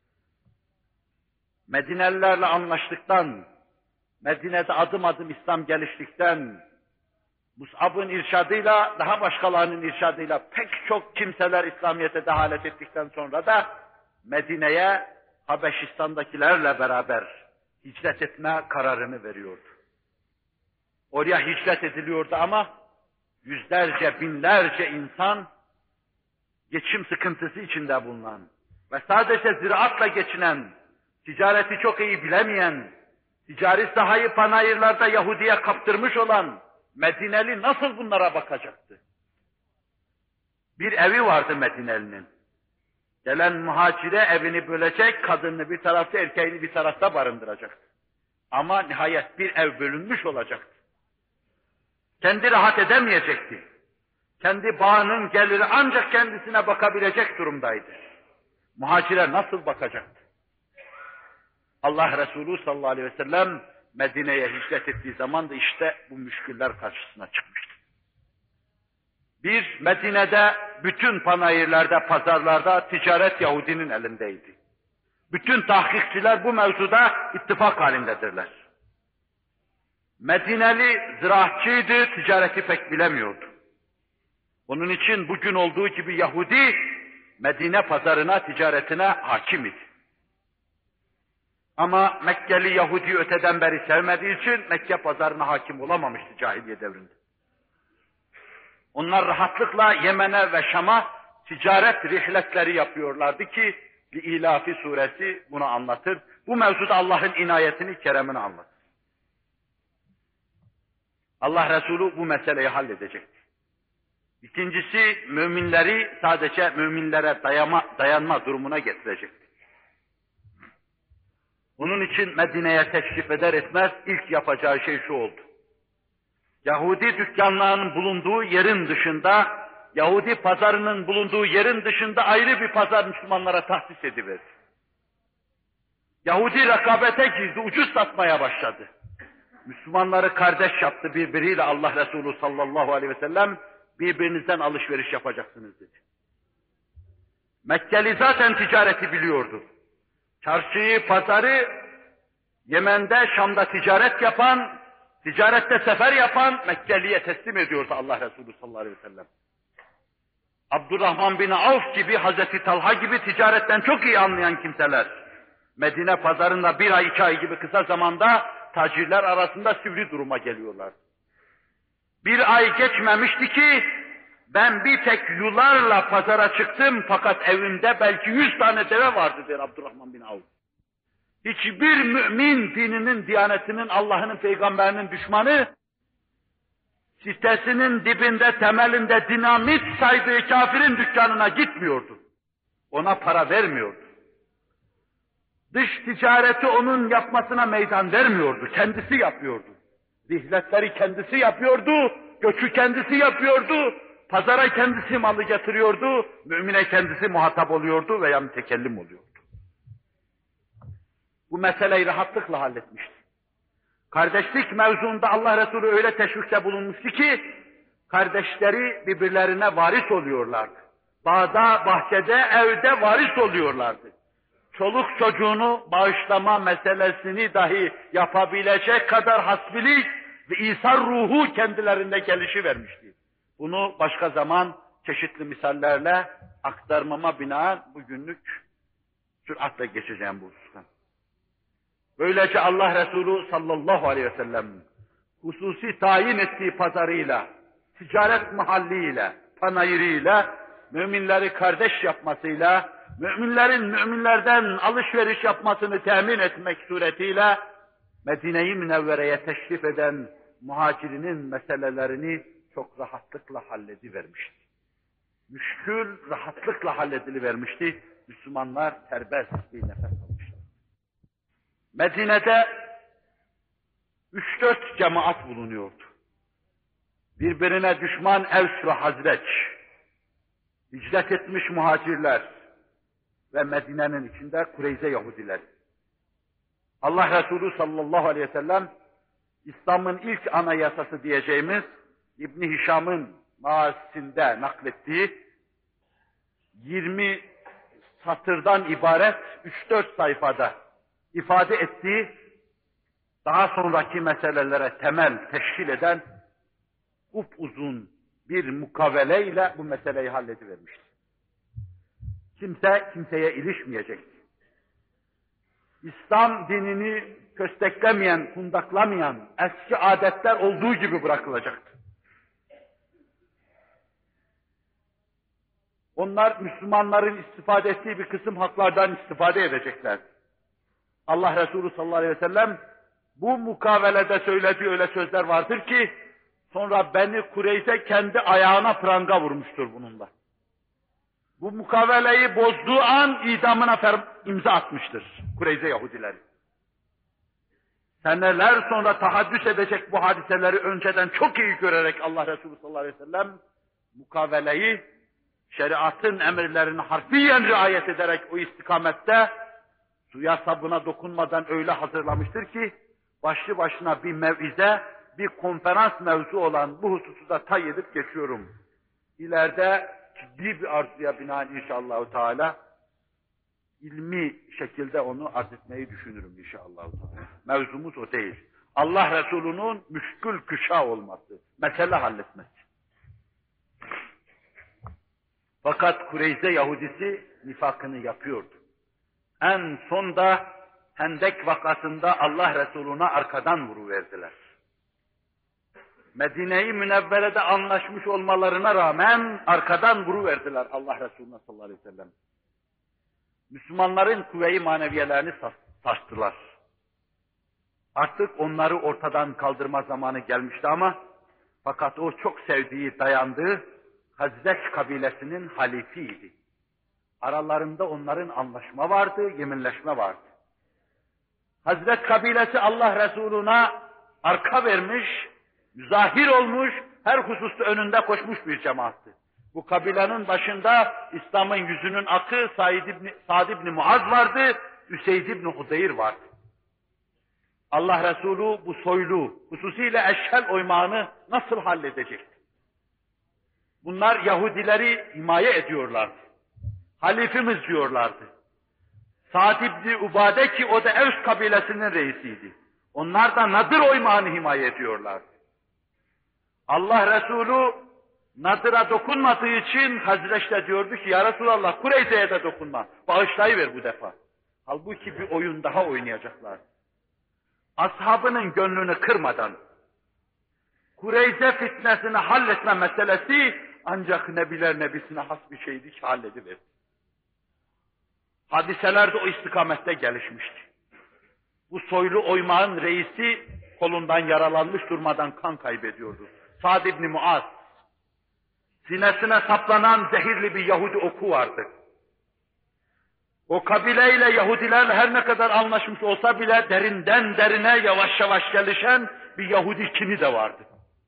Medinelilerle anlaştıktan, Medine'de adım adım İslam geliştikten, Mus'ab'ın irşadıyla, daha başkalarının irşadıyla pek çok kimseler İslamiyet'e dehalet ettikten sonra da Medine'ye Habeşistan'dakilerle beraber hicret etme kararını veriyordu. Oraya hicret ediliyordu ama yüzlerce, binlerce insan geçim sıkıntısı içinde bulunan ve sadece ziraatla geçinen, ticareti çok iyi bilemeyen, ticari sahayı panayırlarda Yahudi'ye kaptırmış olan Medineli nasıl bunlara bakacaktı? Bir evi vardı Medineli'nin. Gelen muhacire evini bölecek, kadını bir tarafta, erkeğini bir tarafta barındıracaktı. Ama nihayet bir ev bölünmüş olacaktı. Kendi rahat edemeyecekti. Kendi bağının geliri ancak kendisine bakabilecek durumdaydı. Muhacirler nasıl bakacaktı? Allah Resulü sallallahu aleyhi ve sellem Medine'ye hicret ettiği zaman da işte bu müşküller karşısına çıkmıştı. Bir, Medine'de bütün panayırlarda, pazarlarda ticaret Yahudinin elindeydi. Bütün tahkikçiler bu mevzuda ittifak halindedirler. Medineli ziraatçıydı, ticareti pek bilemiyordu. Onun için bugün olduğu gibi Yahudi, Medine pazarına, ticaretine hakim idi. Ama Mekkeli Yahudi öteden beri sevmediği için Mekke pazarına hakim olamamıştı cahiliye devrinde. Onlar rahatlıkla Yemen'e ve Şam'a ticaret rihletleri yapıyorlardı ki İlafi suresi bunu anlatır. Bu mevzuda Allah'ın inayetini, keremini anlatır. Allah Resulü bu meseleyi halledecekti. İkincisi, müminleri sadece müminlere dayanma durumuna getirecekti. Bunun için Medine'ye teşrif eder etmez ilk yapacağı şey şu oldu. Yahudi dükkanlarının bulunduğu yerin dışında, Yahudi pazarının bulunduğu yerin dışında ayrı bir pazar Müslümanlara tahsis ediverdi. Yahudi rekabete girdi, ucuz satmaya başladı. Müslümanları kardeş yaptı birbiriyle Allah Resulü sallallahu aleyhi ve sellem, birbirinizden alışveriş yapacaksınız dedi. Mekkeli zaten ticareti biliyordu. Çarşıyı, pazarı, Yemen'de, Şam'da ticaret yapan, ticarette sefer yapan Mekkeli'ye teslim ediyordu Allah Resulü sallallahu aleyhi ve sellem. Abdurrahman bin Avf gibi, Hazreti Talha gibi ticaretten çok iyi anlayan kimseler, Medine pazarında 1 ay 2 ay gibi kısa zamanda tacirler arasında sivri duruma geliyorlar. 1 ay geçmemişti ki ben bir tek yularla pazara çıktım fakat evimde belki 100 tane deve vardı der Abdurrahman bin Avf. Hiçbir mümin dininin, diyanetinin, Allah'ın, peygamberinin düşmanı sitesinin dibinde, temelinde dinamit saydığı kafirin dükkanına gitmiyordu. Ona para vermiyordu. Dış ticareti onun yapmasına meydan vermiyordu. Kendisi yapıyordu. Rihletleri kendisi yapıyordu. Göçü kendisi yapıyordu. Pazara kendisi malı getiriyordu. Mümine kendisi muhatap oluyordu veya mütekellim oluyordu. Bu meseleyi rahatlıkla halletmişti. Kardeşlik mevzuunda Allah Resulü öyle teşvikte bulunmuştu ki, kardeşleri birbirlerine varis oluyorlardı. Bağda, bahçede, evde varis oluyorlardı. Çoluk çocuğunu bağışlama meselesini dahi yapabilecek kadar hasbilik ve İsa ruhu kendilerinde gelişivermişti. Bunu başka zaman çeşitli misallerle aktarmama binaen bugünlük süratle geçeceğim bu husustan. Böylece Allah Resulü sallallahu aleyhi ve sellem hususi tayin ettiği pazarıyla, ticaret mahalliyle, panayırıyla, müminleri kardeş yapmasıyla, müminlerin müminlerden alışveriş yapmasını temin etmek suretiyle Medine-i Münevvere'ye teşrif eden muhacirinin meselelerini çok rahatlıkla halledivermişti. Müşkül rahatlıkla halledilivermişti. Müslümanlar serbest bir nefes almışlar. Medine'de 3-4 cemaat bulunuyordu. Birbirine düşman Evs ve Hazreç, hicret etmiş muhacirler ve Medine'nin içinde Kureyze Yahudiler. Allah Resulü sallallahu aleyhi ve sellem İslam'ın ilk anayasası diyeceğimiz İbn Hişam'ın maasinde naklettiği 20 satırdan ibaret 3-4 sayfada ifade ettiği daha sonraki meselelere temel teşkil eden upuzun bir mukaveleyle bu meseleyi halledivermiştir. Kimse kimseye ilişmeyecekti. İslam dinini kösteklemeyen, kundaklamayan eski adetler olduğu gibi bırakılacaktı. Onlar Müslümanların istifade ettiği bir kısım haklardan istifade edecekler. Allah Resulü sallallahu aleyhi ve sellem bu mukavelede söylediği öyle sözler vardır ki sonra Beni Kureyze kendi ayağına pranga vurmuştur bununla. Bu mukaveleyi bozduğu an idamına imza atmıştır Kureyze Yahudileri. Seneler sonra tahaddüs edecek bu hadiseleri önceden çok iyi görerek Allah Resulü sallallahu aleyhi ve sellem mukaveleyi şeriatın emirlerini harfiyen riayet ederek o istikamette suya sabuna dokunmadan öyle hazırlamıştır ki başlı başına bir mevize, bir konferans mevzu olan bu hususu da tay edip geçiyorum. İleride ciddi bir arzuya binaen inşallah Teala ilmi şekilde onu arz etmeyi düşünürüm inşallah. Mevzumuz o değil. Allah Resulü'nün müşkül küşa olması, mesele halletmesi. Fakat Kureyze Yahudisi nifakını yapıyordu. En sonda Hendek vakasında Allah Resulü'ne arkadan vuruverdiler. Medine-i Münevvere'de anlaşmış olmalarına rağmen arkadan vuruverdiler Allah Resulü'ne sallallahu aleyhi ve sellem. Müslümanların kuvve-i maneviyelerini sarstılar. Artık onları ortadan kaldırma zamanı gelmişti ama fakat o çok sevdiği, dayandığı Hazreç kabilesinin halifiydi. Aralarında onların anlaşma vardı, yeminleşme vardı. Hazret kabilesi Allah Resulü'ne arka vermiş, müzahir olmuş, her hususta önünde koşmuş bir cemaattı. Bu kabilenin başında İslam'ın yüzünün akı Sa'd ibn Muaz vardı, Üseyd ibn Hudeyr vardı. Allah Resulü bu soylu, hususiyle eşhel oymağını nasıl halledecekti? Bunlar Yahudileri himaye ediyorlardı. Halifimiz diyorlardı. Sa'd ibn Ubade ki o da Evs kabilesinin reisiydi. Onlar da Nadir oymağını himaye ediyorlardı. Allah Resulü Nadir'a dokunmadığı için Hazreç'te diyordu ki ya Resulallah Kureyze'ye de dokunma. Bağışlayıver bu defa. Halbuki bir oyun daha oynayacaklar. Ashabının gönlünü kırmadan Kureyze fitnesini halletme meselesi ancak Nebiler Nebisi'ne has bir şeydi ki hallediverdi. Hadiseler de o istikamette gelişmişti. Bu soylu oymağın reisi kolundan yaralanmış durmadan kan kaybediyordu. Sa'd ibn Muaz. Sinesine saplanan zehirli bir Yahudi oku vardı. O kabileyle Yahudilerle her ne kadar anlaşmış olsa bile derinden derine yavaş yavaş gelişen bir Yahudi kini de vardı.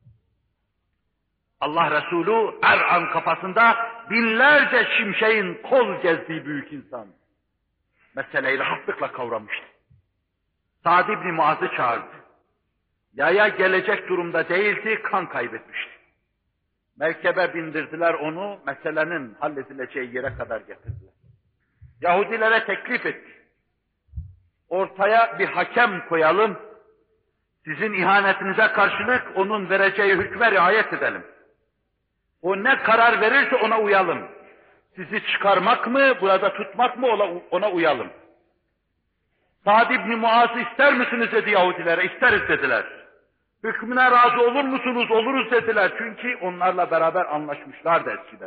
Allah Resulü her an kafasında binlerce şimşeğin kol gezdiği büyük insan. Meseleyi rahatlıkla kavramıştı. Sa'd ibn Muaz'ı çağırdı. Yaya gelecek durumda değildi, kan kaybetmişti. Merkebe bindirdiler onu, meselenin halledileceği yere kadar getirdiler. Yahudilere teklif etti. Ortaya bir hakem koyalım, sizin ihanetinize karşılık onun vereceği hükme riayet edelim. O ne karar verirse ona uyalım. Sizi çıkarmak mı, burada tutmak mı ona uyalım. Sa'd ibn Muaz'ı ister misiniz dedi Yahudilere, isteriz dediler. Hükmüne razı olur musunuz, oluruz dediler. Çünkü onlarla beraber anlaşmışlardı eskiden.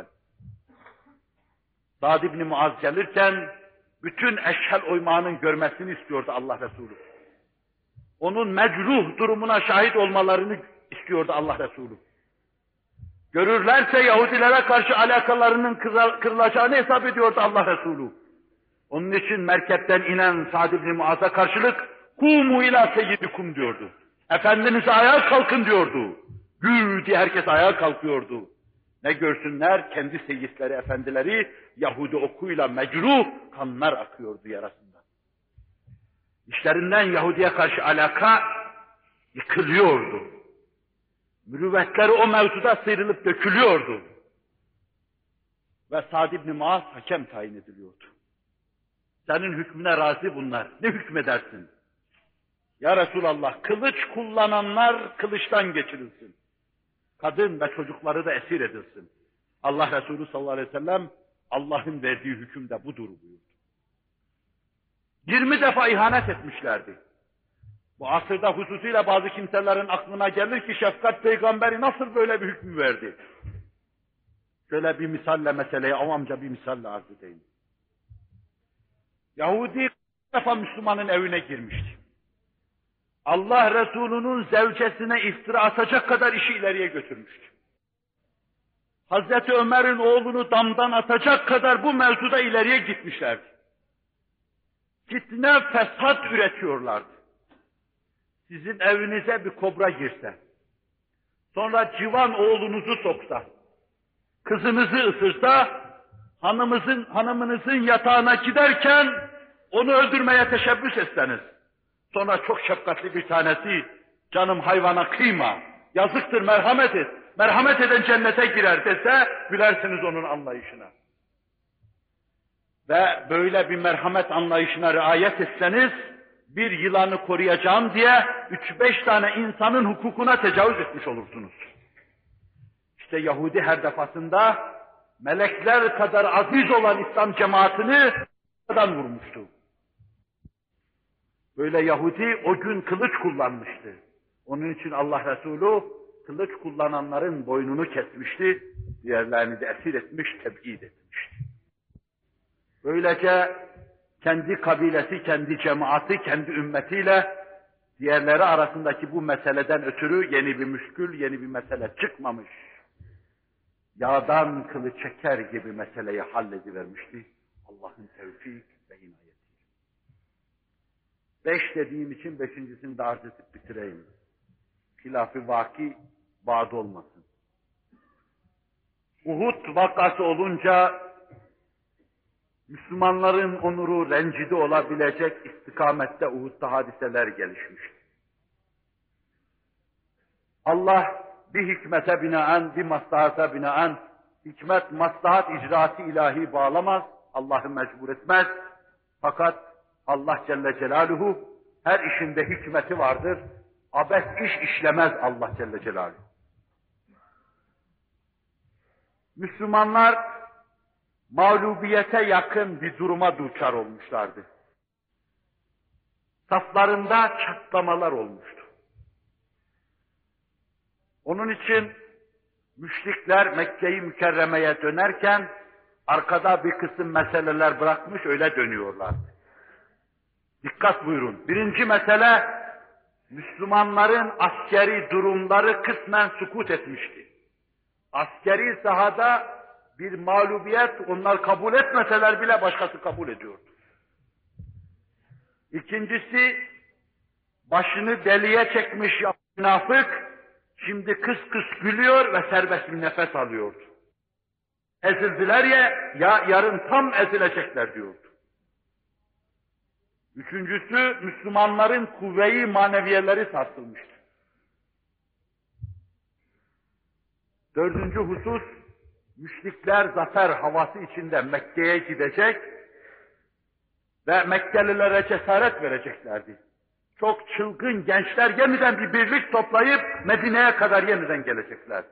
Sa'd ibn Muaz gelirken bütün eşhel oymağının görmesini istiyordu Allah Resulü. Onun mecruh durumuna şahit olmalarını istiyordu Allah Resulü. Görürlerse Yahudilere karşı alakalarının kırılacağını hesap ediyordu Allah Resulü. Onun için merkepten inen Sa'd ibn Muaz'a karşılık "Kumu ila seyyidikum" diyordu. Efendinize ayağa kalkın diyordu. Gür diye herkes ayağa kalkıyordu. Ne görsünler kendi seyyidleri, efendileri Yahudi okuyla mecruh kanlar akıyordu yarasından. İşlerinden Yahudi'ye karşı alaka yıkılıyordu. Mürüvvetleri o mevzuda sıyrılıp dökülüyordu. Ve Sa'd ibn Muaz hakem tayin ediliyordu. Senin hükmüne razı bunlar. Ne hükmedersin? Ya Resulallah, kılıç kullananlar kılıçtan geçirilsin. Kadın ve çocukları da esir edilsin. Allah Resulü sallallahu aleyhi ve sellem, Allah'ın verdiği hüküm de budur buyurdu. 20 defa ihanet etmişlerdi. Bu asırda hususuyla bazı kimselerin aklına gelir ki şefkat peygamberi nasıl böyle bir hükmü verdi? Şöyle bir misalle meseleyi avamca bir misalle arz edeyim. Yahudi bir defa Müslümanın evine girmişti. Allah Resulü'nün zevcesine iftira atacak kadar işi ileriye götürmüştü. Hazreti Ömer'in oğlunu damdan atacak kadar bu mevzuda ileriye gitmişlerdi. Fitne, fesat üretiyorlardı. Sizin evinize bir kobra girse, sonra civan oğlunuzu soksa, kızınızı ısırsa, hanımınızın yatağına giderken onu öldürmeye teşebbüs etseniz, sonra çok şefkatli bir tanesi, canım hayvana kıyma, yazıktır merhamet et, merhamet eden cennete girer dese, gülersiniz onun anlayışına. Ve böyle bir merhamet anlayışına riayet etseniz, bir yılanı koruyacağım diye 3-5 tane insanın hukukuna tecavüz etmiş olursunuz. İşte Yahudi her defasında melekler kadar aziz olan İslam cemaatini vurmuştu. Böyle Yahudi o gün kılıç kullanmıştı. Onun için Allah Resulü kılıç kullananların boynunu kesmişti, diğerlerini de esir etmiş, teb'id etmişti. Böylece kendi kabilesi, kendi cemaati, kendi ümmetiyle diğerleri arasındaki bu meseleden ötürü yeni bir müşkül, yeni bir mesele çıkmamış. Yağdan kılı çeker gibi meseleyi halledivermişti Allah'ın tevfik ve inayetiyle. 5 dediğim için 5.'sini de arz edip bitireyim. Hilaf-ı vaki vaad olmasın. Uhud vakası olunca Müslümanların onuru rencide olabilecek istikamette Uhud'da hadiseler gelişmişti. Allah bir hikmete binaen, bir maslahata binaen, hikmet, maslahat, icraatı ilahi bağlamaz, Allah'ı mecbur etmez. Fakat Allah Celle Celaluhu her işinde hikmeti vardır. Abes iş işlemez Allah Celle Celaluhu. Müslümanlar mağlubiyete yakın bir duruma duçar olmuşlardı. Saflarında çatlamalar olmuştu. Onun için müşrikler Mekke-i Mükerreme'ye dönerken arkada bir kısım meseleler bırakmış öyle dönüyorlardı. Dikkat buyurun. Birinci mesele, Müslümanların askeri durumları kısmen sukut etmişti. Askeri sahada bir mağlubiyet onlar kabul etmeseler bile başkası kabul ediyordu. İkincisi, başını deliye çekmiş münafık, şimdi kıs kıs gülüyor ve serbest bir nefes alıyordu. Ezildiler ya yarın tam ezilecekler diyordu. Üçüncüsü, Müslümanların kuvve-i maneviyeleri sarsılmıştı. Dördüncü husus, müşrikler zafer havası içinde Mekke'ye gidecek ve Mekkelilere cesaret vereceklerdi. Çok çılgın gençler yeniden bir birlik toplayıp Medine'ye kadar yeniden geleceklerdi.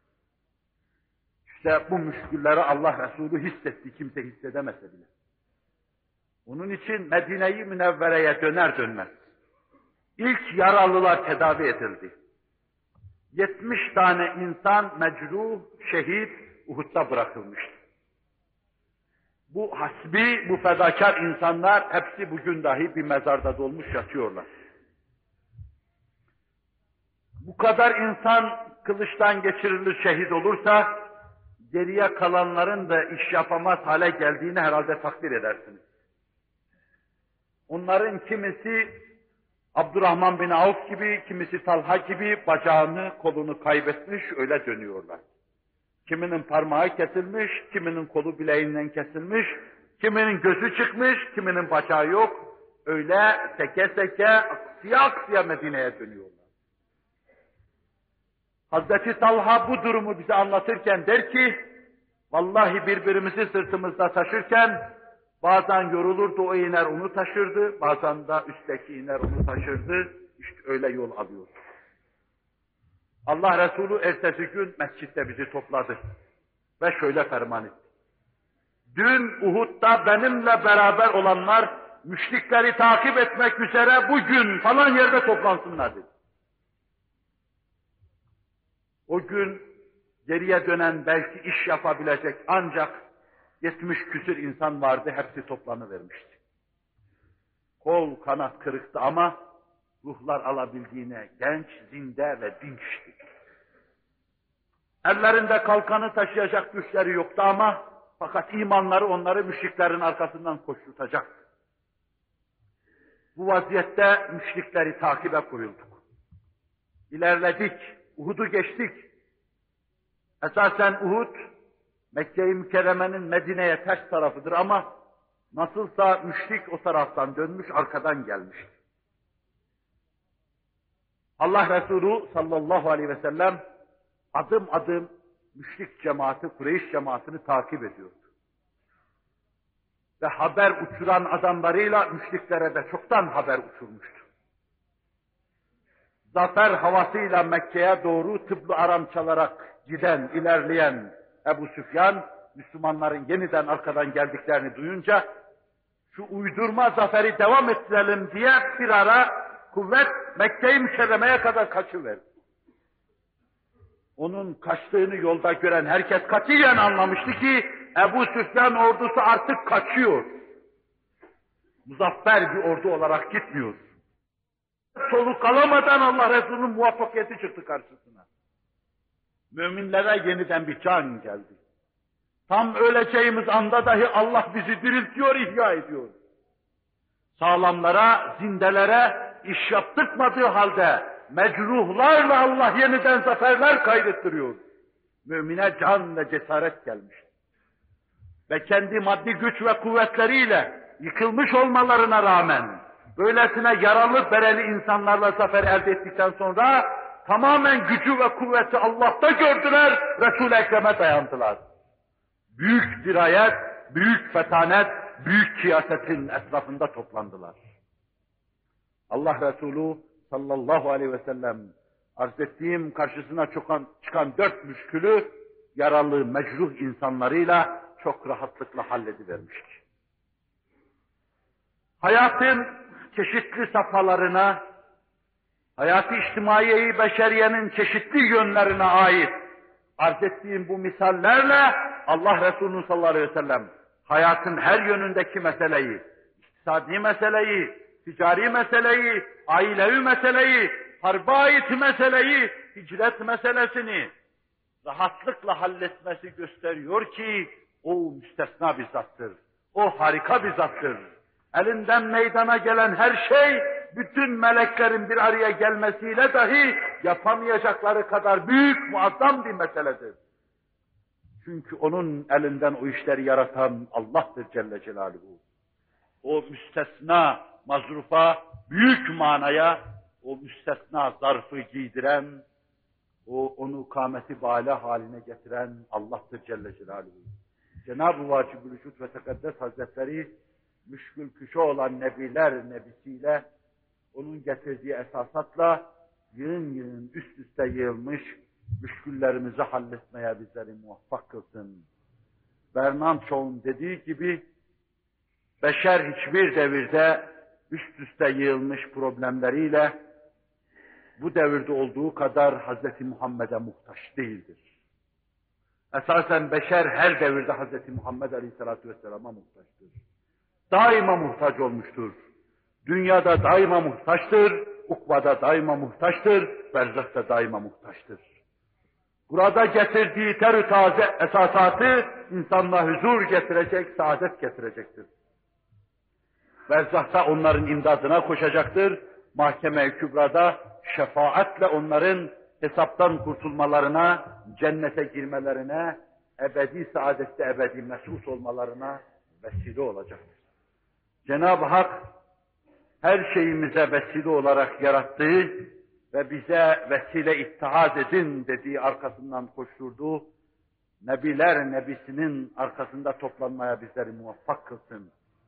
İşte bu müşkülleri Allah Resulü hissetti, kimse hissedemese bile. Onun için Medine-i Münevvere'ye döner dönmez İlk yaralılar tedavi edildi. 70 tane insan mecruh, şehit Uhud'da bırakılmıştı. Bu hasbi, bu fedakar insanlar hepsi bugün dahi bir mezarda dolmuş yatıyorlar. Bu kadar insan kılıçtan geçirilir, şehit olursa geriye kalanların da iş yapamaz hale geldiğini herhalde takdir edersiniz. Onların kimisi Abdurrahman bin Avf gibi, kimisi Talha gibi bacağını, kolunu kaybetmiş, öyle dönüyorlar. Kiminin parmağı kesilmiş, kiminin kolu bileğinden kesilmiş, kiminin gözü çıkmış, kiminin bacağı yok. Öyle seke seke, aksıya aksıya Medine'ye dönüyorlar. Hazreti Talha bu durumu bize anlatırken der ki, vallahi birbirimizi sırtımızda taşırken, bazen yorulurdu o iner onu taşırdı, bazen de üstteki iner onu taşırdı, işte öyle yol alıyordu. Allah Resulü ertesi gün mescitte bizi topladı ve şöyle ferman etti. Dün Uhud'da benimle beraber olanlar müşrikleri takip etmek üzere bugün falan yerde toplansınlar dedi. O gün geriye dönen belki iş yapabilecek ancak 70 küsür insan vardı, hepsi toplanıvermişti. Kol kanat kırıktı ama ruhlar alabildiğine genç, zinde ve dinçti. Ellerinde kalkanı taşıyacak güçleri yoktu ama fakat imanları onları müşriklerin arkasından koşturtacaktı. Bu vaziyette müşrikleri takibe koyulduk. İlerledik, Uhud'u geçtik. Esasen Uhud, Mekke-i Mükerreme'nin Medine'ye ters tarafıdır ama nasılsa müşrik o taraftan dönmüş, arkadan gelmiş. Allah Resulü sallallahu aleyhi ve sellem adım adım müşrik cemaati, Kureyş cemaatini takip ediyordu. Ve haber uçuran adamlarıyla müşriklere de çoktan haber uçurmuştu. Zafer havasıyla Mekke'ye doğru tıblı aram çalarak giden, ilerleyen Ebu Süfyan, Müslümanların yeniden arkadan geldiklerini duyunca, şu uydurma zaferi devam ettirelim diye bir ara kuvvet Mekke-i Mükerreme'ye kadar kaçıverdi. Onun kaçtığını yolda gören herkes katiyen anlamıştı ki Ebu Süfyan ordusu artık kaçıyor. Muzaffer bir ordu olarak gitmiyor. Soluk alamadan Allah Resulü'nün muvaffakiyeti çıktı karşısına. Müminlere yeniden bir can geldi. Tam öleceğimiz anda dahi Allah bizi diriltiyor, ihya ediyor. Sağlamlara, zindelere iş yaptırmadığı halde mecruhlarla Allah yeniden zaferler kaydettiriyor. Mümine can ve cesaret gelmiş. Ve kendi maddi güç ve kuvvetleriyle yıkılmış olmalarına rağmen böylesine yaralı bereli insanlarla zafer elde ettikten sonra tamamen gücü ve kuvveti Allah'ta gördüler, Resul-i Ekrem'e dayandılar. Büyük dirayet, büyük fetanet, büyük siyasetin etrafında toplandılar. Allah Resulü sallallahu aleyhi ve sellem arz ettiğim karşısına çıkan 4 müşkülü yaralı, mecruh insanlarıyla çok rahatlıkla halledivermişti. Hayatın çeşitli safhalarına, hayat-ı içtimaiye-i beşeriyenin çeşitli yönlerine ait arz ettiğim bu misallerle Allah Resulü sallallahu aleyhi ve sellem hayatın her yönündeki meseleyi, iktisadi meseleyi, ticari meseleyi, ailevi meseleyi, harba ait meseleyi, hicret meselesini rahatlıkla halletmesi gösteriyor ki o müstesna bir zattır. O harika bir zattır. Elinden meydana gelen her şey, bütün meleklerin bir araya gelmesiyle dahi yapamayacakları kadar büyük, muazzam bir meseledir. Çünkü onun elinden o işleri yaratan Allah'tır Celle Celaluhu. O müstesna mazrufa, büyük manaya, o müstesna zarfı giydiren, onu kâmeti bâle haline getiren Allah'tır Celle Celaluhu. Cenab-ı Vacib-ül Vücud ve Tekaddes Hazretleri, müşkül küşe olan nebiler nebisiyle, onun getirdiği esasatla yığın yığın üst üste yığılmış müşküllerimizi halletmeye bizleri muvaffak kılsın. Bernard Shaw'un dediği gibi, beşer hiçbir devirde üst üste yığılmış problemleriyle bu devirde olduğu kadar Hz. Muhammed'e muhtaç değildir. Esasen beşer her devirde Hz. Muhammed Aleyhisselatü Vesselam'a muhtaçtır. Daima muhtaç olmuştur. Dünyada daima muhtaçtır, ukbada daima muhtaçtır, berzahta daima muhtaçtır. Burada getirdiği ter-ü taze esasatı insanla huzur getirecek, saadet getirecektir. Berzahta onların imdadına koşacaktır, mahkeme-i kübrada şefaatle onların hesaptan kurtulmalarına, cennete girmelerine, ebedi saadette ebedi mesut olmalarına vesile olacaktır. Cenab-ı Hak her şeyimize vesile olarak yarattığı ve bize vesile ittihad edin dediği arkasından koşturduğu Nebiler Nebisi'nin arkasında toplanmaya bizleri muvaffak kılsın.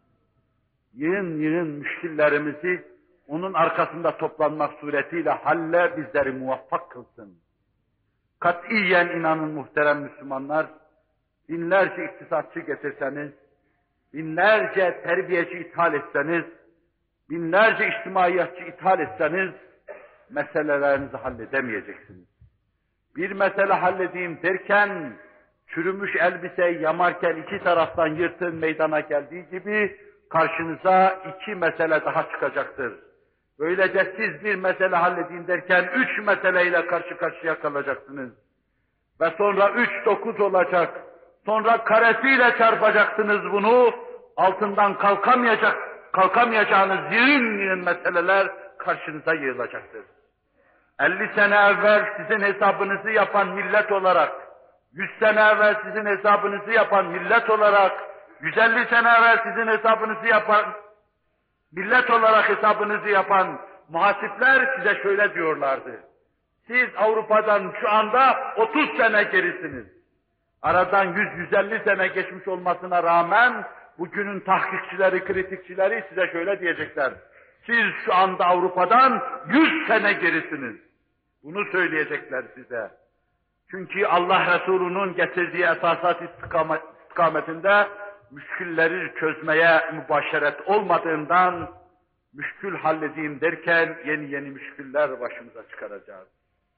Yığın yığın müşkillerimizi onun arkasında toplanmak suretiyle halle bizleri muvaffak kılsın. Katiyen inanın muhterem Müslümanlar, binlerce iktisatçı getirseniz, binlerce terbiyeci ithal etseniz, binlerce içtimaiyatçı ithal etseniz, meselelerinizi halledemeyeceksiniz. Bir mesele halledeyim derken, çürümüş elbiseyi yamarken iki taraftan yırtığın meydana geldiği gibi, karşınıza 2 mesele daha çıkacaktır. Böylece siz bir mesele halledeyim derken 3 meseleyle karşı karşıya kalacaksınız. Ve sonra 3 9 olacak. Sonra karesiyle çarpacaksınız bunu. Altından kalkamayacağınız yığın yığın meseleler karşınıza yığılacaktır. 50 sene evvel sizin hesabınızı yapan millet olarak 100 sene evvel sizin hesabınızı yapan millet olarak, 150 sene evvel sizin hesabınızı yapan, millet olarak hesabınızı yapan muhasipler size şöyle diyorlardı. Siz Avrupa'dan şu anda 30 sene gerisiniz. Aradan 100-150 sene geçmiş olmasına rağmen bugünün tahkikçileri, kritikçileri size şöyle diyecekler. Siz şu anda Avrupa'dan 100 sene gerisiniz. Bunu söyleyecekler size. Çünkü Allah Resulü'nün getirdiği esasat istikametinde müşkülleri çözmeye mübaşeret olmadığından müşkül halledeyim derken yeni müşküller başımıza çıkaracağız.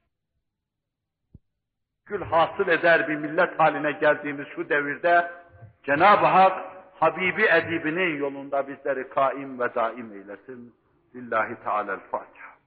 Müşkül hasıl eder bir millet haline geldiğimiz şu devirde Cenab-ı Hak Habibi edibinin yolunda bizleri kaim ve daim eylesin. Lillahi Teala'l-Fatiha.